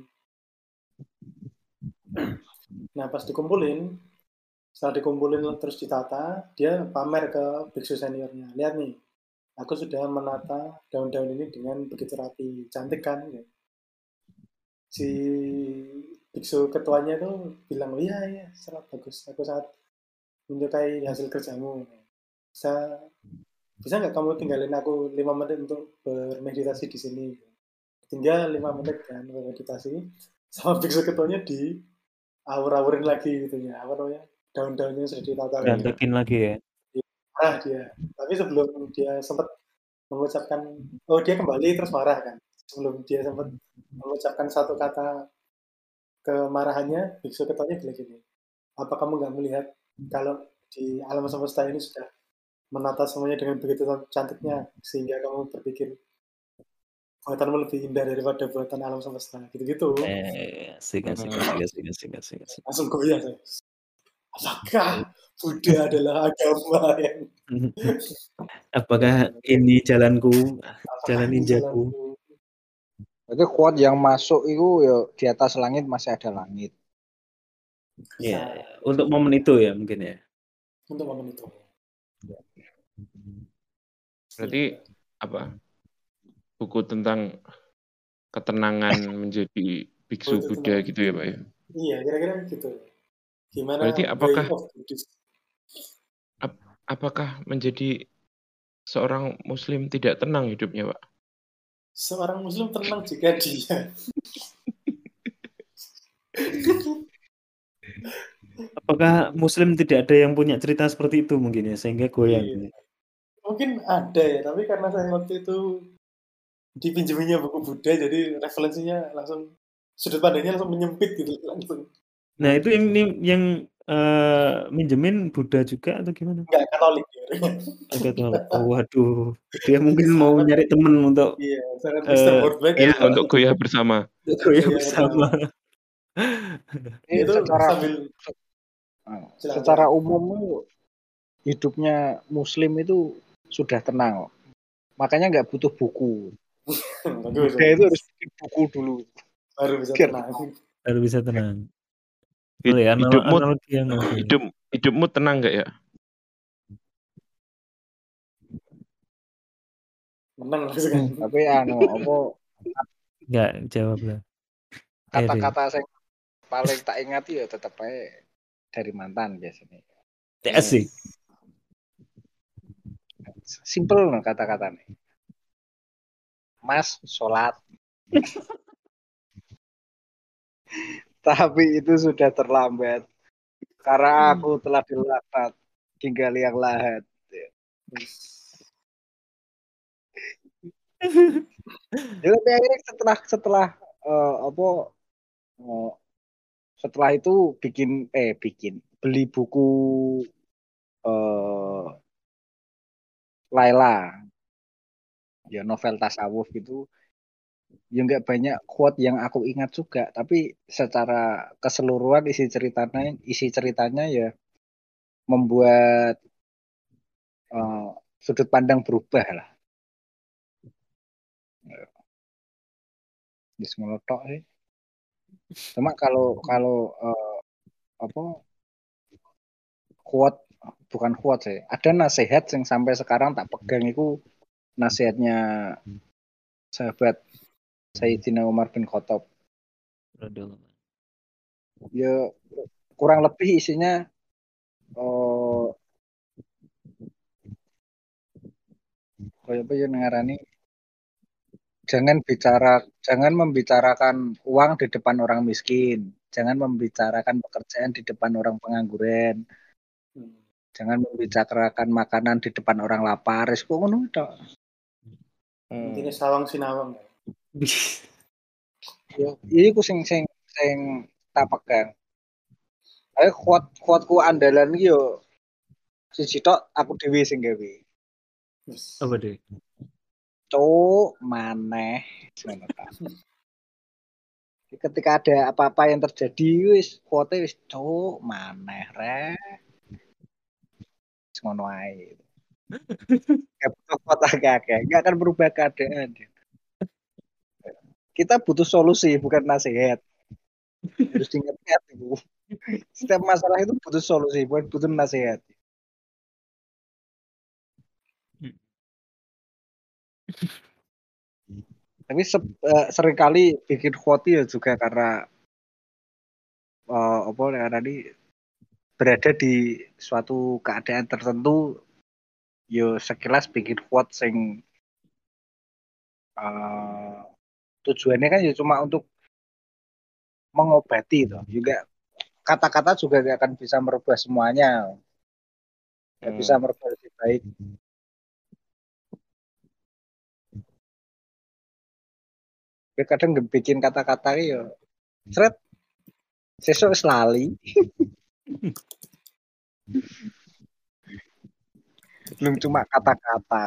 Nah pas dikumpulin, setelah dikumpulin terus ditata, dia pamer ke biksu seniornya, lihat nih, aku sudah menata daun-daun ini dengan begitu rapi, cantik kan? Ya. Si biksu ketuanya tuh bilang, oh iya, sangat bagus, aku sangat menyukai hasil kerjamu. Bisa nggak kamu tinggalin aku 5 menit untuk bermeditasi di sini? Tinggal 5 menit kan bermeditasi, sama biksu ketuanya di awur-awurin lagi gitu ya, apa namanya? Daun-daunnya sudah ditata
berantakin lagi ya.
Marah dia, tapi sebelum dia sempat mengucapkan, dia kembali terus marah kan. Sebelum dia sempat mengucapkan satu kata kemarahannya, biksu ketuanya bilang gini, apa kamu nggak melihat kalau di alam semesta ini sudah menata semuanya dengan begitu cantiknya, sehingga kamu berpikir buatanmu lebih indah daripada buatan alam semesta, gitu-gitu.
Asik.
Langsung goyah saya. Apakah Buddha adalah agama yang
apakah ini jalanku, jalan ninjaku?
Jadi quote yang masuk itu ya di atas langit masih ada langit.
Iya, untuk momen itu ya mungkin ya.
Untuk momen itu.
Berarti apa? Buku tentang ketenangan menjadi biksu Buddha gitu ya, Pak ya?
Iya, kira-kira gitu. Gimana?
Berarti apakah menjadi seorang Muslim tidak tenang hidupnya, Pak?
Seorang Muslim tenang jika dia
apakah Muslim tidak ada yang punya cerita seperti itu mungkin ya, sehingga goyang?
Iya. Mungkin ada ya, tapi karena saya waktu itu dipinjeminya buku Buddha, jadi referensinya langsung, sudut pandangnya langsung menyempit gitu langsung.
Nah itu yang minjemin Buddha juga atau gimana?
Enggak, Katolik.
Katolik. Oh waduh, dia mungkin mau nyari temen untuk
untuk goyah bersama.
Itu
secara umum hidupnya Muslim itu sudah tenang, makanya nggak butuh buku. Buddha itu harus bikin buku dulu
baru bisa tenang.
Hidupmu tenang nggak ya?
Menang lah sekarang.
Tapi apa
Enggak jawab lah.
kata-kata yang paling tak ingat ya tetap aja dari mantan biasanya.
Asik.
Simple loh kata-katanya. Mas sholat. Tapi itu sudah terlambat. Karena aku telah dilaknat tinggal yang lahat. Jadi akhirnya setelah itu bikin beli buku Laila, ya novel tasawuf gitu. Ya nggak banyak quote yang aku ingat juga, tapi secara keseluruhan isi ceritanya ya membuat sudut pandang berubah lah. Di tok sih. Cuma kalau quote bukan quote sih. Ada nasihat yang sampai sekarang tak pegang itu nasihatnya sahabat Sayyidina Umar bin Khattab. Ya kurang lebih isinya kayak apa ya ngarani, jangan membicarakan uang di depan orang miskin, jangan membicarakan pekerjaan di depan orang pengangguran, jangan membicarakan makanan di depan orang lapar. Kok ngono tok.
Intinya sawang sinawang.
Yo, iku sing tak pegang. Ayo kuatku andalan iki yo siji tok aku dhewe sing gawe.
Apa deh?
Cuk maneh. Ketika ada apa-apa yang terjadi wis kuote wis cuk maneh rek. Ngono ae. Gak butuh kuat agak-agak, gak akan berubah keadaan. Kita butuh solusi bukan nasihat. Harus diingat itu. Setiap masalah itu butuh solusi, bukan butuh nasihat. Tapi seringkali bikin khoti ya juga karena karena berada di suatu keadaan tertentu, yo sekilas bikin quote sing tujuannya kan ya cuma untuk mengobati itu. Juga kata-kata juga gak akan bisa merubah semuanya, gak bisa merubah lebih baik. Ya kadang bikin kata-kata ya seret sesuk lali. Belum cuma kata-kata.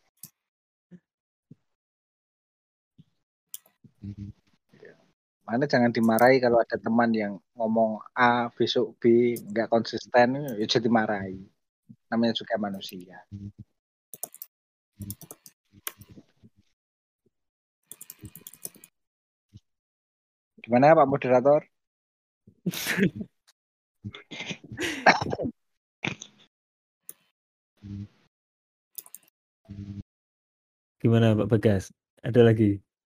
Mana jangan dimarahi kalau ada teman yang ngomong A besok B nggak konsisten, ya jadi dimarahi. Namanya juga manusia. Gimana Pak Moderator?
Gimana Pak Bagas? Ada lagi?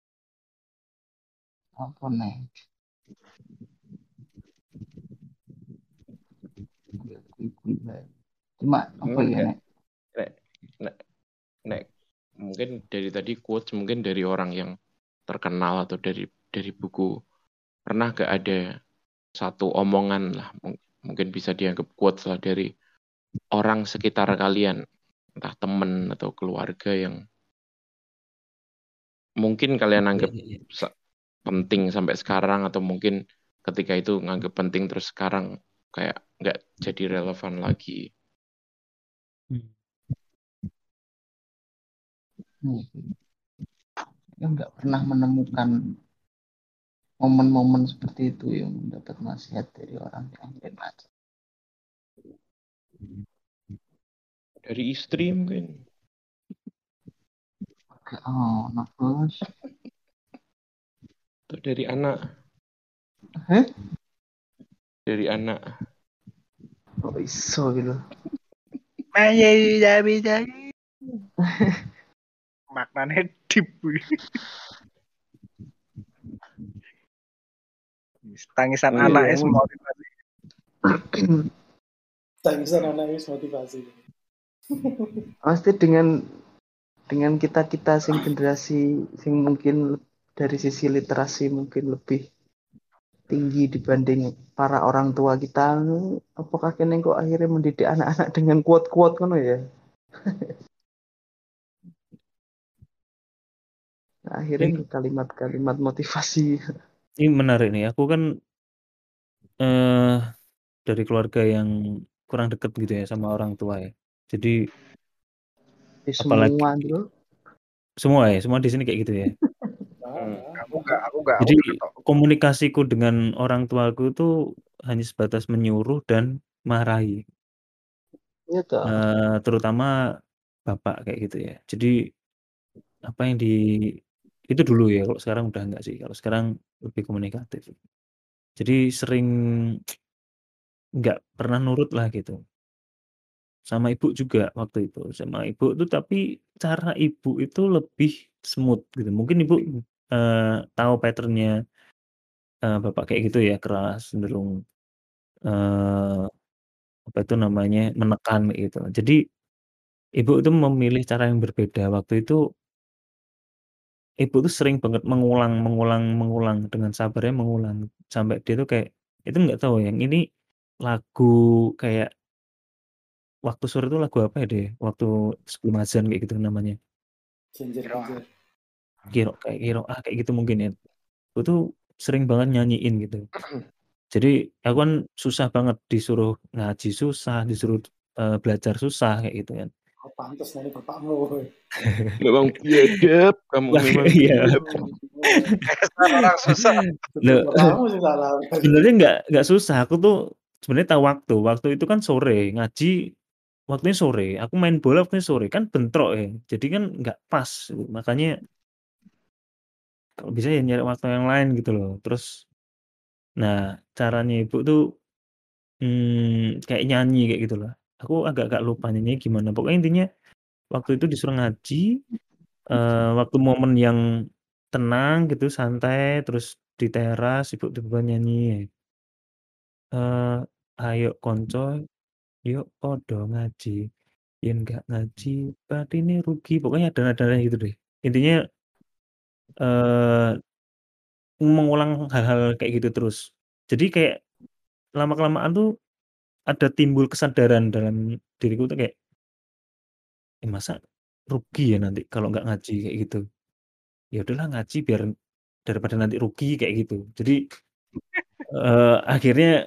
Apa nih? Cuma apa ya nek?
Nek mungkin dari tadi quotes mungkin dari orang yang terkenal atau dari buku, pernah gak ada satu omongan lah, mungkin bisa dianggap quotes lah dari orang sekitar kalian, entah teman atau keluarga yang mungkin kalian anggap penting sampai sekarang, atau mungkin ketika itu nganggap penting terus sekarang kayak nggak jadi relevan lagi.
Ya nggak pernah menemukan momen-momen seperti itu yang mendapat nasihat dari orang yang lain aja.
Dari istri mungkin.
Oh, nah bos.
Atau dari anak. Dari anak.
Oh iso gitu.
maknanya deep. Tangisan anaknya semua motivasi.
Tangisan anaknya motivasi.
Pasti dengan kita sing generasi sing mungkin dari sisi literasi mungkin lebih tinggi dibanding para orang tua kita, apakah kene kok akhirnya mendidik anak-anak dengan quote-quote kan ya? Akhirnya kalimat-kalimat motivasi.
Ini menarik nih. Aku kan dari keluarga yang kurang dekat gitu ya sama orang tua ya. Jadi apalagi
semua
di sini kayak gitu ya.
Aku enggak.
Jadi komunikasiku dengan orang tuaku itu hanya sebatas menyuruh dan marahi.
Iya toh.
Terutama bapak kayak gitu ya. Jadi apa yang itu dulu ya, kalau sekarang udah enggak sih. Kalau sekarang lebih komunikatif. Jadi sering enggak pernah nurut lah gitu. Sama ibu juga waktu itu. Sama ibu itu tapi cara ibu itu lebih smooth gitu. Mungkin ibu tahu pattern-nya bapak kayak gitu ya, keras, cenderung apa itu namanya, menekan gitu. Jadi ibu itu memilih cara yang berbeda. Waktu itu ibu tuh sering banget mengulang dengan sabarnya mengulang. Sampai dia tuh kayak itu nggak tahu yang ini lagu kayak waktu sore itu lagu apa ya deh, waktu sebelum azan kayak gitu namanya. Kiroah kayak gitu mungkin ya. Aku tuh sering banget nyanyiin gitu. Jadi aku kan susah banget disuruh ngaji susah, disuruh belajar susah kayak gitu kan.
Oh, pantes nyanyi bapakmu.
Memang biadab, kamu memang biadab.
Orang susah.
Bapakmu sih salah.
Sebenarnya nggak susah. Aku tuh sebenarnya tahu waktu. Waktu itu kan sore, ngaji waktunya sore. Aku main bola waktunya sore. Kan bentrok ya. Jadi kan nggak pas. Makanya kalau bisa ya nyari waktu yang lain gitu loh. Terus, nah caranya ibu tuh kayak nyanyi kayak gitu lah. Aku agak-agak lupa nyanyinya gimana. Pokoknya intinya waktu itu disuruh ngaji, waktu momen yang tenang gitu, santai, terus di teras ibu tiba-tiba nyanyi, "Ayo konco, yuk podo ngaji, yen gak ngaji batine rugi." Pokoknya ada nada-nadanya gitu deh. Intinya, mengulang hal-hal kayak gitu terus. Jadi kayak lama-kelamaan tuh ada timbul kesadaran dalam diriku tuh kayak, masa rugi ya nanti kalau nggak ngaji?" Kayak gitu. Ya udahlah ngaji biar daripada nanti rugi kayak gitu. Jadi, akhirnya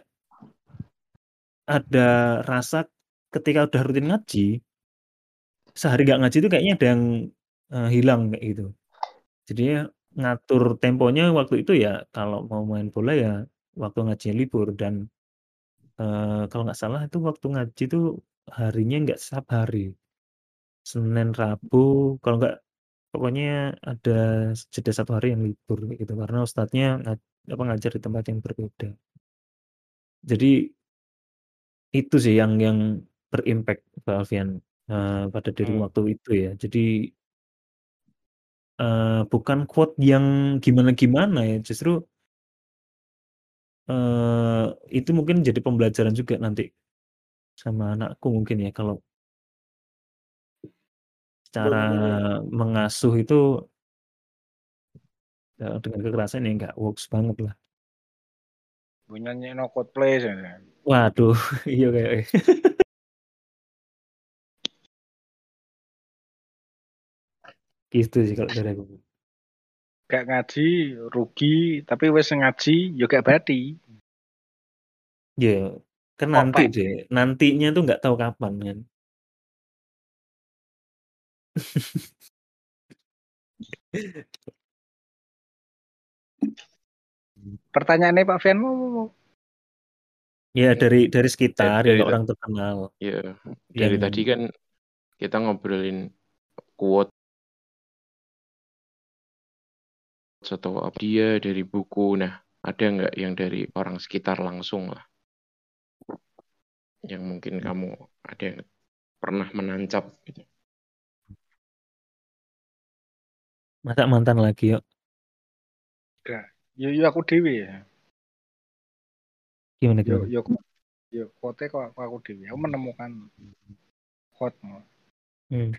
ada rasa ketika udah rutin ngaji, sehari nggak ngaji itu kayaknya ada yang, hilang kayak gitu. Jadinya ngatur temponya waktu itu ya kalau mau main bola ya waktu ngajinya libur dan, kalau nggak salah itu waktu ngaji itu harinya nggak setiap hari. Senin, Rabu, kalau nggak pokoknya ada jeda 1 hari yang libur kayak gitu karena ustadznya ngajar di tempat yang berbeda. Jadi itu sih yang berimpact Mbak Alfian, pada diriku waktu itu ya. Jadi, bukan quote yang gimana-gimana ya, justru, itu mungkin jadi pembelajaran juga nanti sama anakku mungkin ya kalau cara mengasuh itu dengan kekerasan ya nggak works banget lah.
Nyanyi no Coldplay sih.
Waduh, iya kayaknya. Gitu sih kalau dari aku.
Gak ngaji rugi, tapi wes ngaji yo gak bati.
Ya, kan nanti deh, nantinya tuh nggak tahu kapan kan.
Pertanyaannya Pak Fian mau
Ya dari sekitar ya
Dari
orang terkenal.
Ya, dari
Yang
tadi kan kita ngobrolin quote atau dia dari buku. Nah, ada nggak yang dari orang sekitar langsung lah? Yang mungkin kamu ada yang pernah menancap gitu.
Masa mantan lagi yuk?
Enggak. Yo aku dewi ya.
Gimana
Yo
gimana?
kote kok aku dewi. Aku menemukan hot.
Hmm.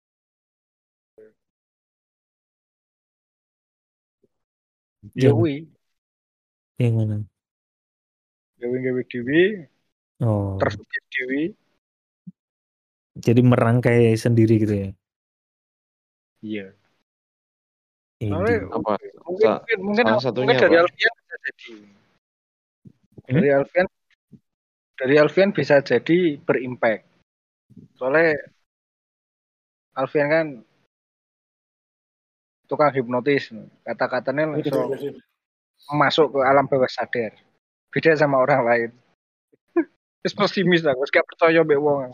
Yo
Yang
wi.
yang mana?
Gawe dewi.
Oh,
Terus dewi.
jadi merangkai sendiri gitu ya?
Iya. Soalnya
Indi.
Apa?
mungkin
Salah satunya
dari
apa?
Alfian bisa jadi. Dari Alfian bisa jadi berimpact. Soalnya Alfian kan tukang hipnotis, kata-katanya langsung masuk ke alam bawah sadar. Beda sama orang lain. Terus pesimis aku, gak percaya mbek wong.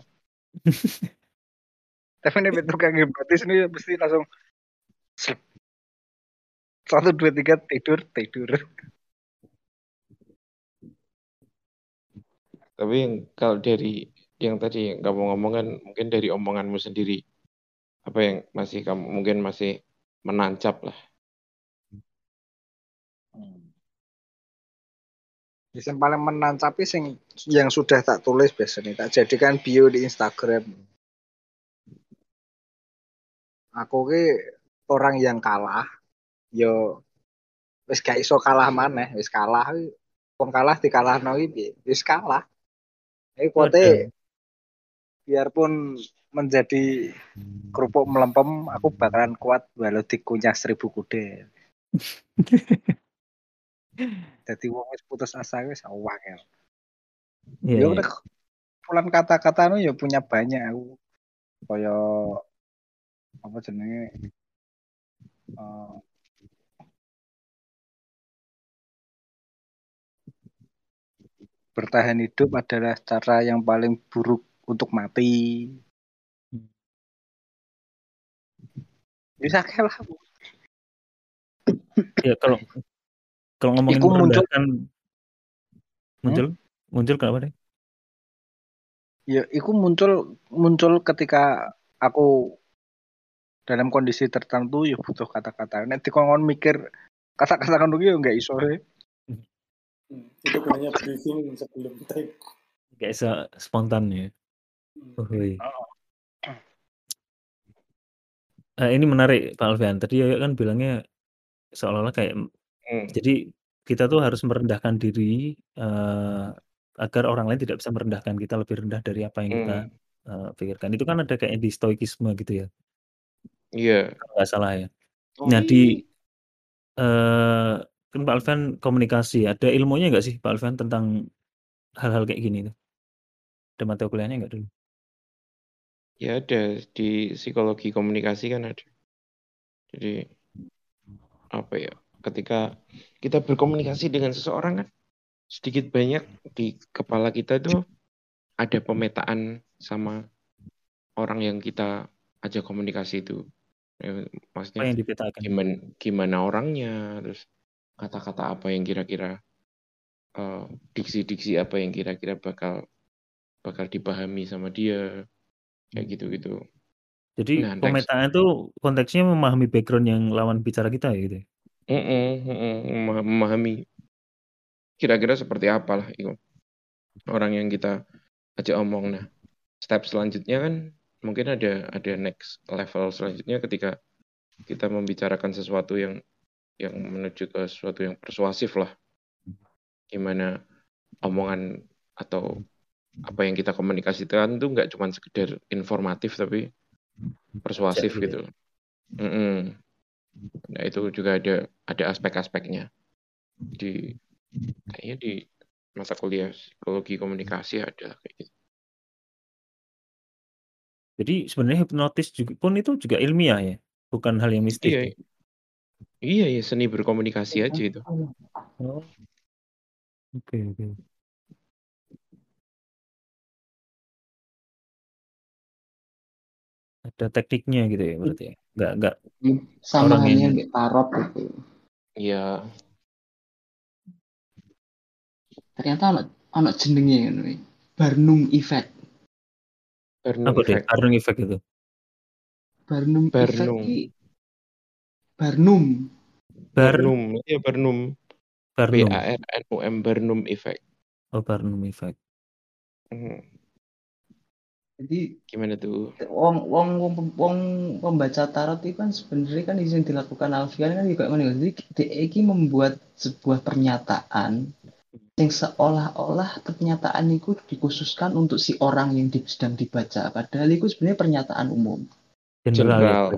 Tapi nih tukang hipnotis ini pasti langsung 1, 2, 3 tidur.
Tapi kalau dari yang tadi kamu ngomong kan mungkin dari omonganmu sendiri, apa yang masih kamu mungkin masih menancap lah.
Yang paling menancapi yang sudah tak tulis biasanya tak jadikan bio di Instagram. Aku ki orang yang kalah, yo wis gak iso kalah maneh, wis kalah. Wong kalah dikalahno iki wis kalah. Kuote biarpun menjadi kerupuk melempem, aku bakalan kuat walau dikunyah 1000 kuda. Jadi wong wis putus asa wis wangel.
Iya,
Yo pulang kata-kata ya punya banyak aku. Kaya apa jenenge bertahan hidup adalah cara yang paling buruk untuk mati. Bisa kalah.
Ya kalau ngomongin merendahkan muncul kenapa deh?
Ya, itu muncul ketika aku dalam kondisi tertentu ya butuh kata-kata. Nek dikongkon mikir kata-kata kan ya nggak iso sih.
Itu gunanya briefing sebelum take.
Kayak spontan ya. Ini menarik Pak Alfian. Tadi Yoyo kan bilangnya seolah-olah kayak jadi kita tuh harus merendahkan diri agar orang lain tidak bisa merendahkan kita lebih rendah dari apa yang kita pikirkan. Itu kan ada kayak di stoikisme gitu ya.
Iya.
Kalau nggak salah ya. Nah di kan Pak Alfian komunikasi, ada ilmunya nggak sih Pak Alfian tentang hal-hal kayak gini tuh? Ada mata kuliahnya nggak dulu?
Ya ada, di psikologi komunikasi kan ada. Jadi apa ya, ketika kita berkomunikasi dengan seseorang kan sedikit banyak di kepala kita tuh ada pemetaan sama orang yang kita ajak komunikasi itu. Maksudnya
Apa yang dipetakan?
gimana orangnya, terus kata-kata apa yang kira-kira diksi-diksi apa yang kira-kira bakal dipahami sama dia, kayak gitu-gitu.
Jadi pemetaan itu konteksnya memahami background yang lawan bicara kita ya gitu.
Memahami kira-kira seperti apalah itu orang yang kita ajak omong. Nah, step selanjutnya kan mungkin ada next level selanjutnya ketika kita membicarakan sesuatu yang menuju ke sesuatu yang persuasif lah. Gimana omongan atau apa yang kita komunikasikan itu nggak cuma sekedar informatif tapi persuasif gitu. Nah itu juga ada aspek-aspeknya kayaknya di mata kuliah psikologi komunikasi ada kayak gitu.
Jadi sebenarnya hipnotis pun itu juga ilmiah ya, bukan hal yang mistis.
Iya ya, seni berkomunikasi aja itu.
Oke. Ada tekniknya gitu ya berarti ya. Enggak
sama halnya kayak tarot gitu.
Iya.
Ternyata anak jenenge ngono iki. Barnum effect.
Barnum effect itu.
Barnum effect iki Barnum.
Iya Barnum. BARNUM, Barnum effect.
Oh, Barnum effect.
Jadi
gimana tuh?
Wong pembaca tarot itu kan sebenarnya kan yang dilakukan Alfian kan juga jadi dia membuat sebuah pernyataan yang seolah-olah pernyataan itu dikhususkan untuk si orang yang sedang dibaca, padahal itu sebenarnya pernyataan umum.
General.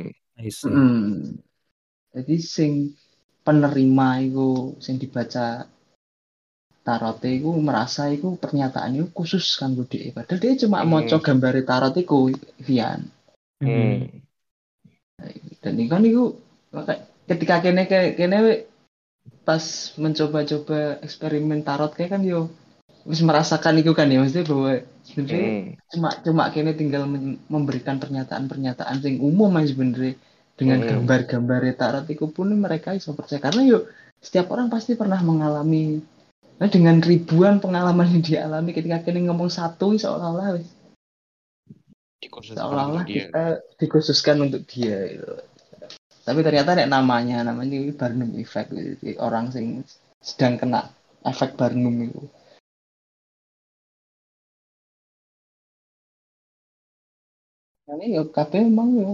Jadi sing penerima itu sing dibaca tarot itu merasa itu pernyataan itu khusus kan dia, padahal dia cuma mau gambar tarot itu Vian. Dan ini kan itu ketika kene pas mencoba-coba eksperimen tarot kayak kan yo harus merasakan itu kan ya, maksudnya bahwa sebenarnya cuma kene tinggal memberikan pernyataan-pernyataan yang umum aja sebenarnya dengan gambar-gambar tarot itu pun mereka bisa percaya karena yuk setiap orang pasti pernah mengalami dengan ribuan pengalaman yang dialami ketika kene ngomong satu seolah-olah kita dikhususkan untuk dia gitu. Tapi ternyata namanya Barnum effect gitu. Orang yang sedang kena efek Barnum itu. Ini ya kabeh emang yo.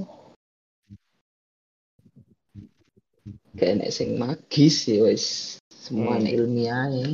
Kayak sing magis ya wis semua ilmiah ya.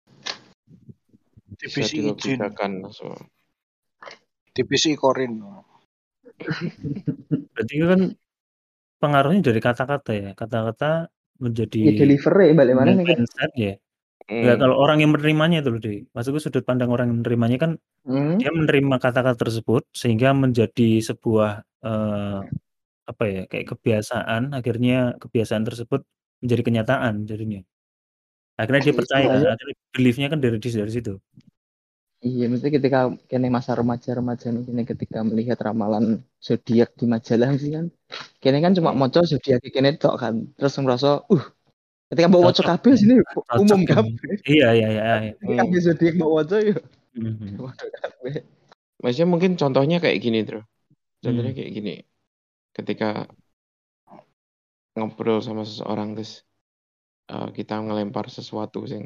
Bisa dilogikakan langsung.
Divisi Korin.
Berarti kan pengaruhnya dari kata-kata ya. Kata-kata menjadi
deliver ya balik mana nih
mindset ya. Ya kalau orang yang menerimanya itu loh, maksudku sudut pandang orang yang menerimanya kan dia menerima kata-kata tersebut sehingga menjadi sebuah apa ya, kayak kebiasaan, akhirnya kebiasaan tersebut menjadi kenyataan jadinya. Akhirnya dia percaya, akhirnya belief-nya kan dari situ.
Iya, mesti ketika kene masa remaja ini ketika melihat ramalan zodiak di majalah sih kan, kene kan cuma moco zodiak kene tok kan, terus merasa, ketika mau moco kabeh sini umum kan?
Iya.
Kabeh zodiak mau moco ya.
Maksudnya mungkin contohnya kayak gini, Bro. Contohnya kayak gini. Ketika ngobrol sama seseorang terus kita ngelempar sesuatu sing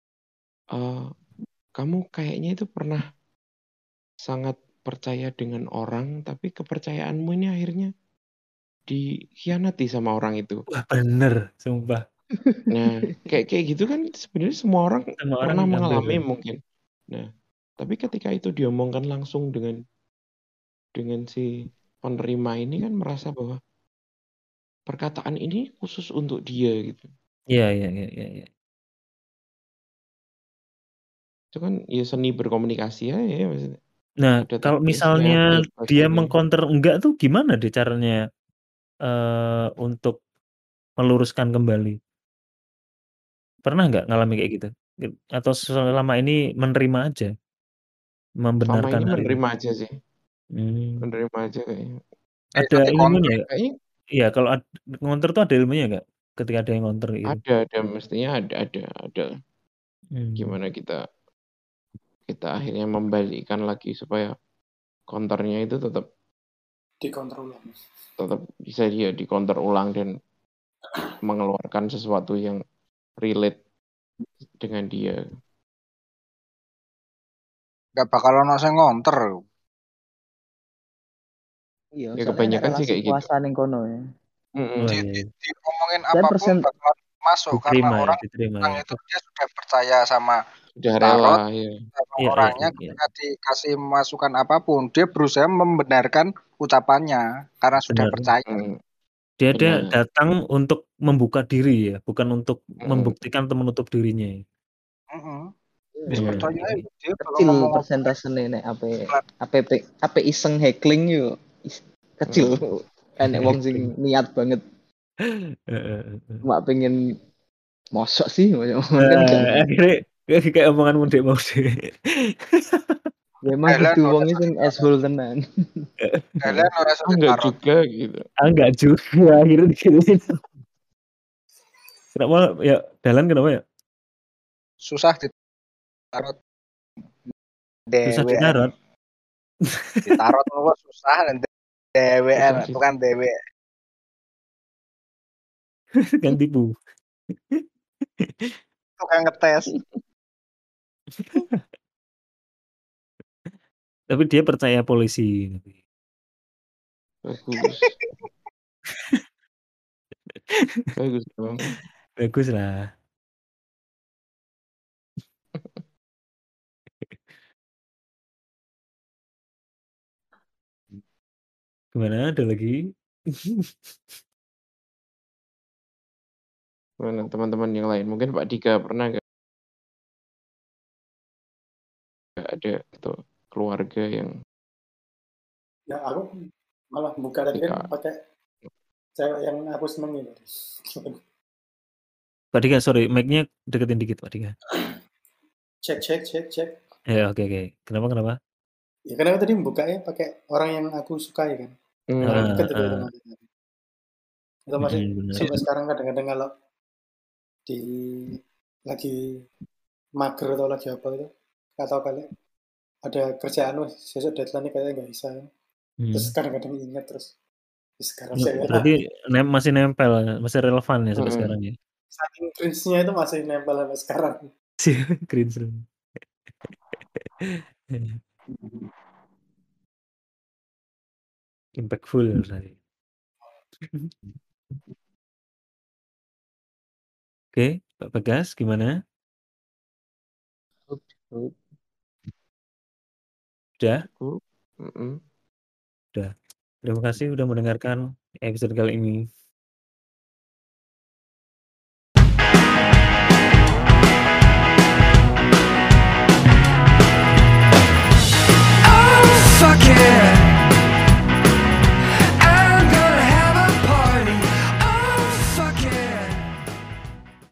kamu kayaknya itu pernah sangat percaya dengan orang, tapi kepercayaanmu ini akhirnya dikhianati sama orang itu.
Wah, bener, sumpah.
Nah, kayak gitu kan sebenarnya semua orang pernah mengalami mungkin. Nah, tapi ketika itu diomongkan langsung dengan si penerima ini kan merasa bahwa perkataan ini khusus untuk dia gitu.
Iya.
Itu kan ya seni berkomunikasi ya maksudnya.
Nah, kalau misalnya dia mengcounter enggak tuh gimana deh caranya untuk meluruskan kembali? Pernah nggak ngalami kayak gitu? Atau selama ini menerima aja? Membenarkan
selama ini menerima aja sih. Menerima aja kayaknya.
Ada ilmunya ya? Iya, kalau ngonter tuh ada ilmunya nggak? Ketika ada yang ngonter gitu?
Ada, mestinya ada. Gimana kita akhirnya membalikkan lagi supaya counternya itu tetap
dikontrol ulang.
Tetap bisa dia dikonter ulang dan mengeluarkan sesuatu yang relate dengan dia.
Gak bakal ono sing ngonter.
Iya,
ya kebanyakan sih kayak gitu.
Kuasa ning kono ya.
Ngomongin apapun bakal masuk karena orang itu dia sudah percaya sama tarot, sama orangnya. Ketika dikasih masukan apapun, dia berusaha membenarkan ucapannya karena sudah percaya.
Dia datang untuk membuka diri ya, bukan untuk membuktikan atau menutup dirinya.
Percaya dia
kecil persentasenya nek apa iseng heckling yuk kecil enek wong sing niat banget cuma pengen mosok sih
akhirnya kayak omongan mundek mau sih
memang itu wongnya sing asshole tenan
enggak juga gitu
enggak juga akhirnya digituin kenapa ya Dalan kenapa ya
susah ditarot
ditarot
ditarot susah dan DWR bukan DW
Kan tipu.
Tukang ngetes.
Tapi dia percaya polisi.
Bagus. Bagus dong.
Baguslah. Gimana, ada lagi?
Mana teman-teman yang lain? Mungkin Pak Dika pernah nggak ada atau keluarga yang
Ya aku malah buka tadi kan
ketika
pakai cewek yang aku senengin tadi.
Pak Dika, sorry, mic-nya deketin dikit, Pak Dika.
Cek.
Ya, oke. Kenapa?
Ya karena aku tadi bukanya pakai orang yang aku sukai kan. Orang dekat juga itu maksudnya. Itu masih
bener.
sampai sekarang kadang-kadang kalau lagi mager atau lagi apa itu, nggak tahu kali ada kerjaan besok deadline kayaknya nggak bisa. Terus kadang-kadang ingat terus. Sekarang saya
Berarti masih nempel, masih relevan ya sampai sekarang ya.
Saking cringe-nya itu masih nempel sampai sekarang.
Cringe. Impactful tadi. Oke, Pak Bagas gimana? Udah? Udah. Terima kasih udah mendengarkan episode kali ini.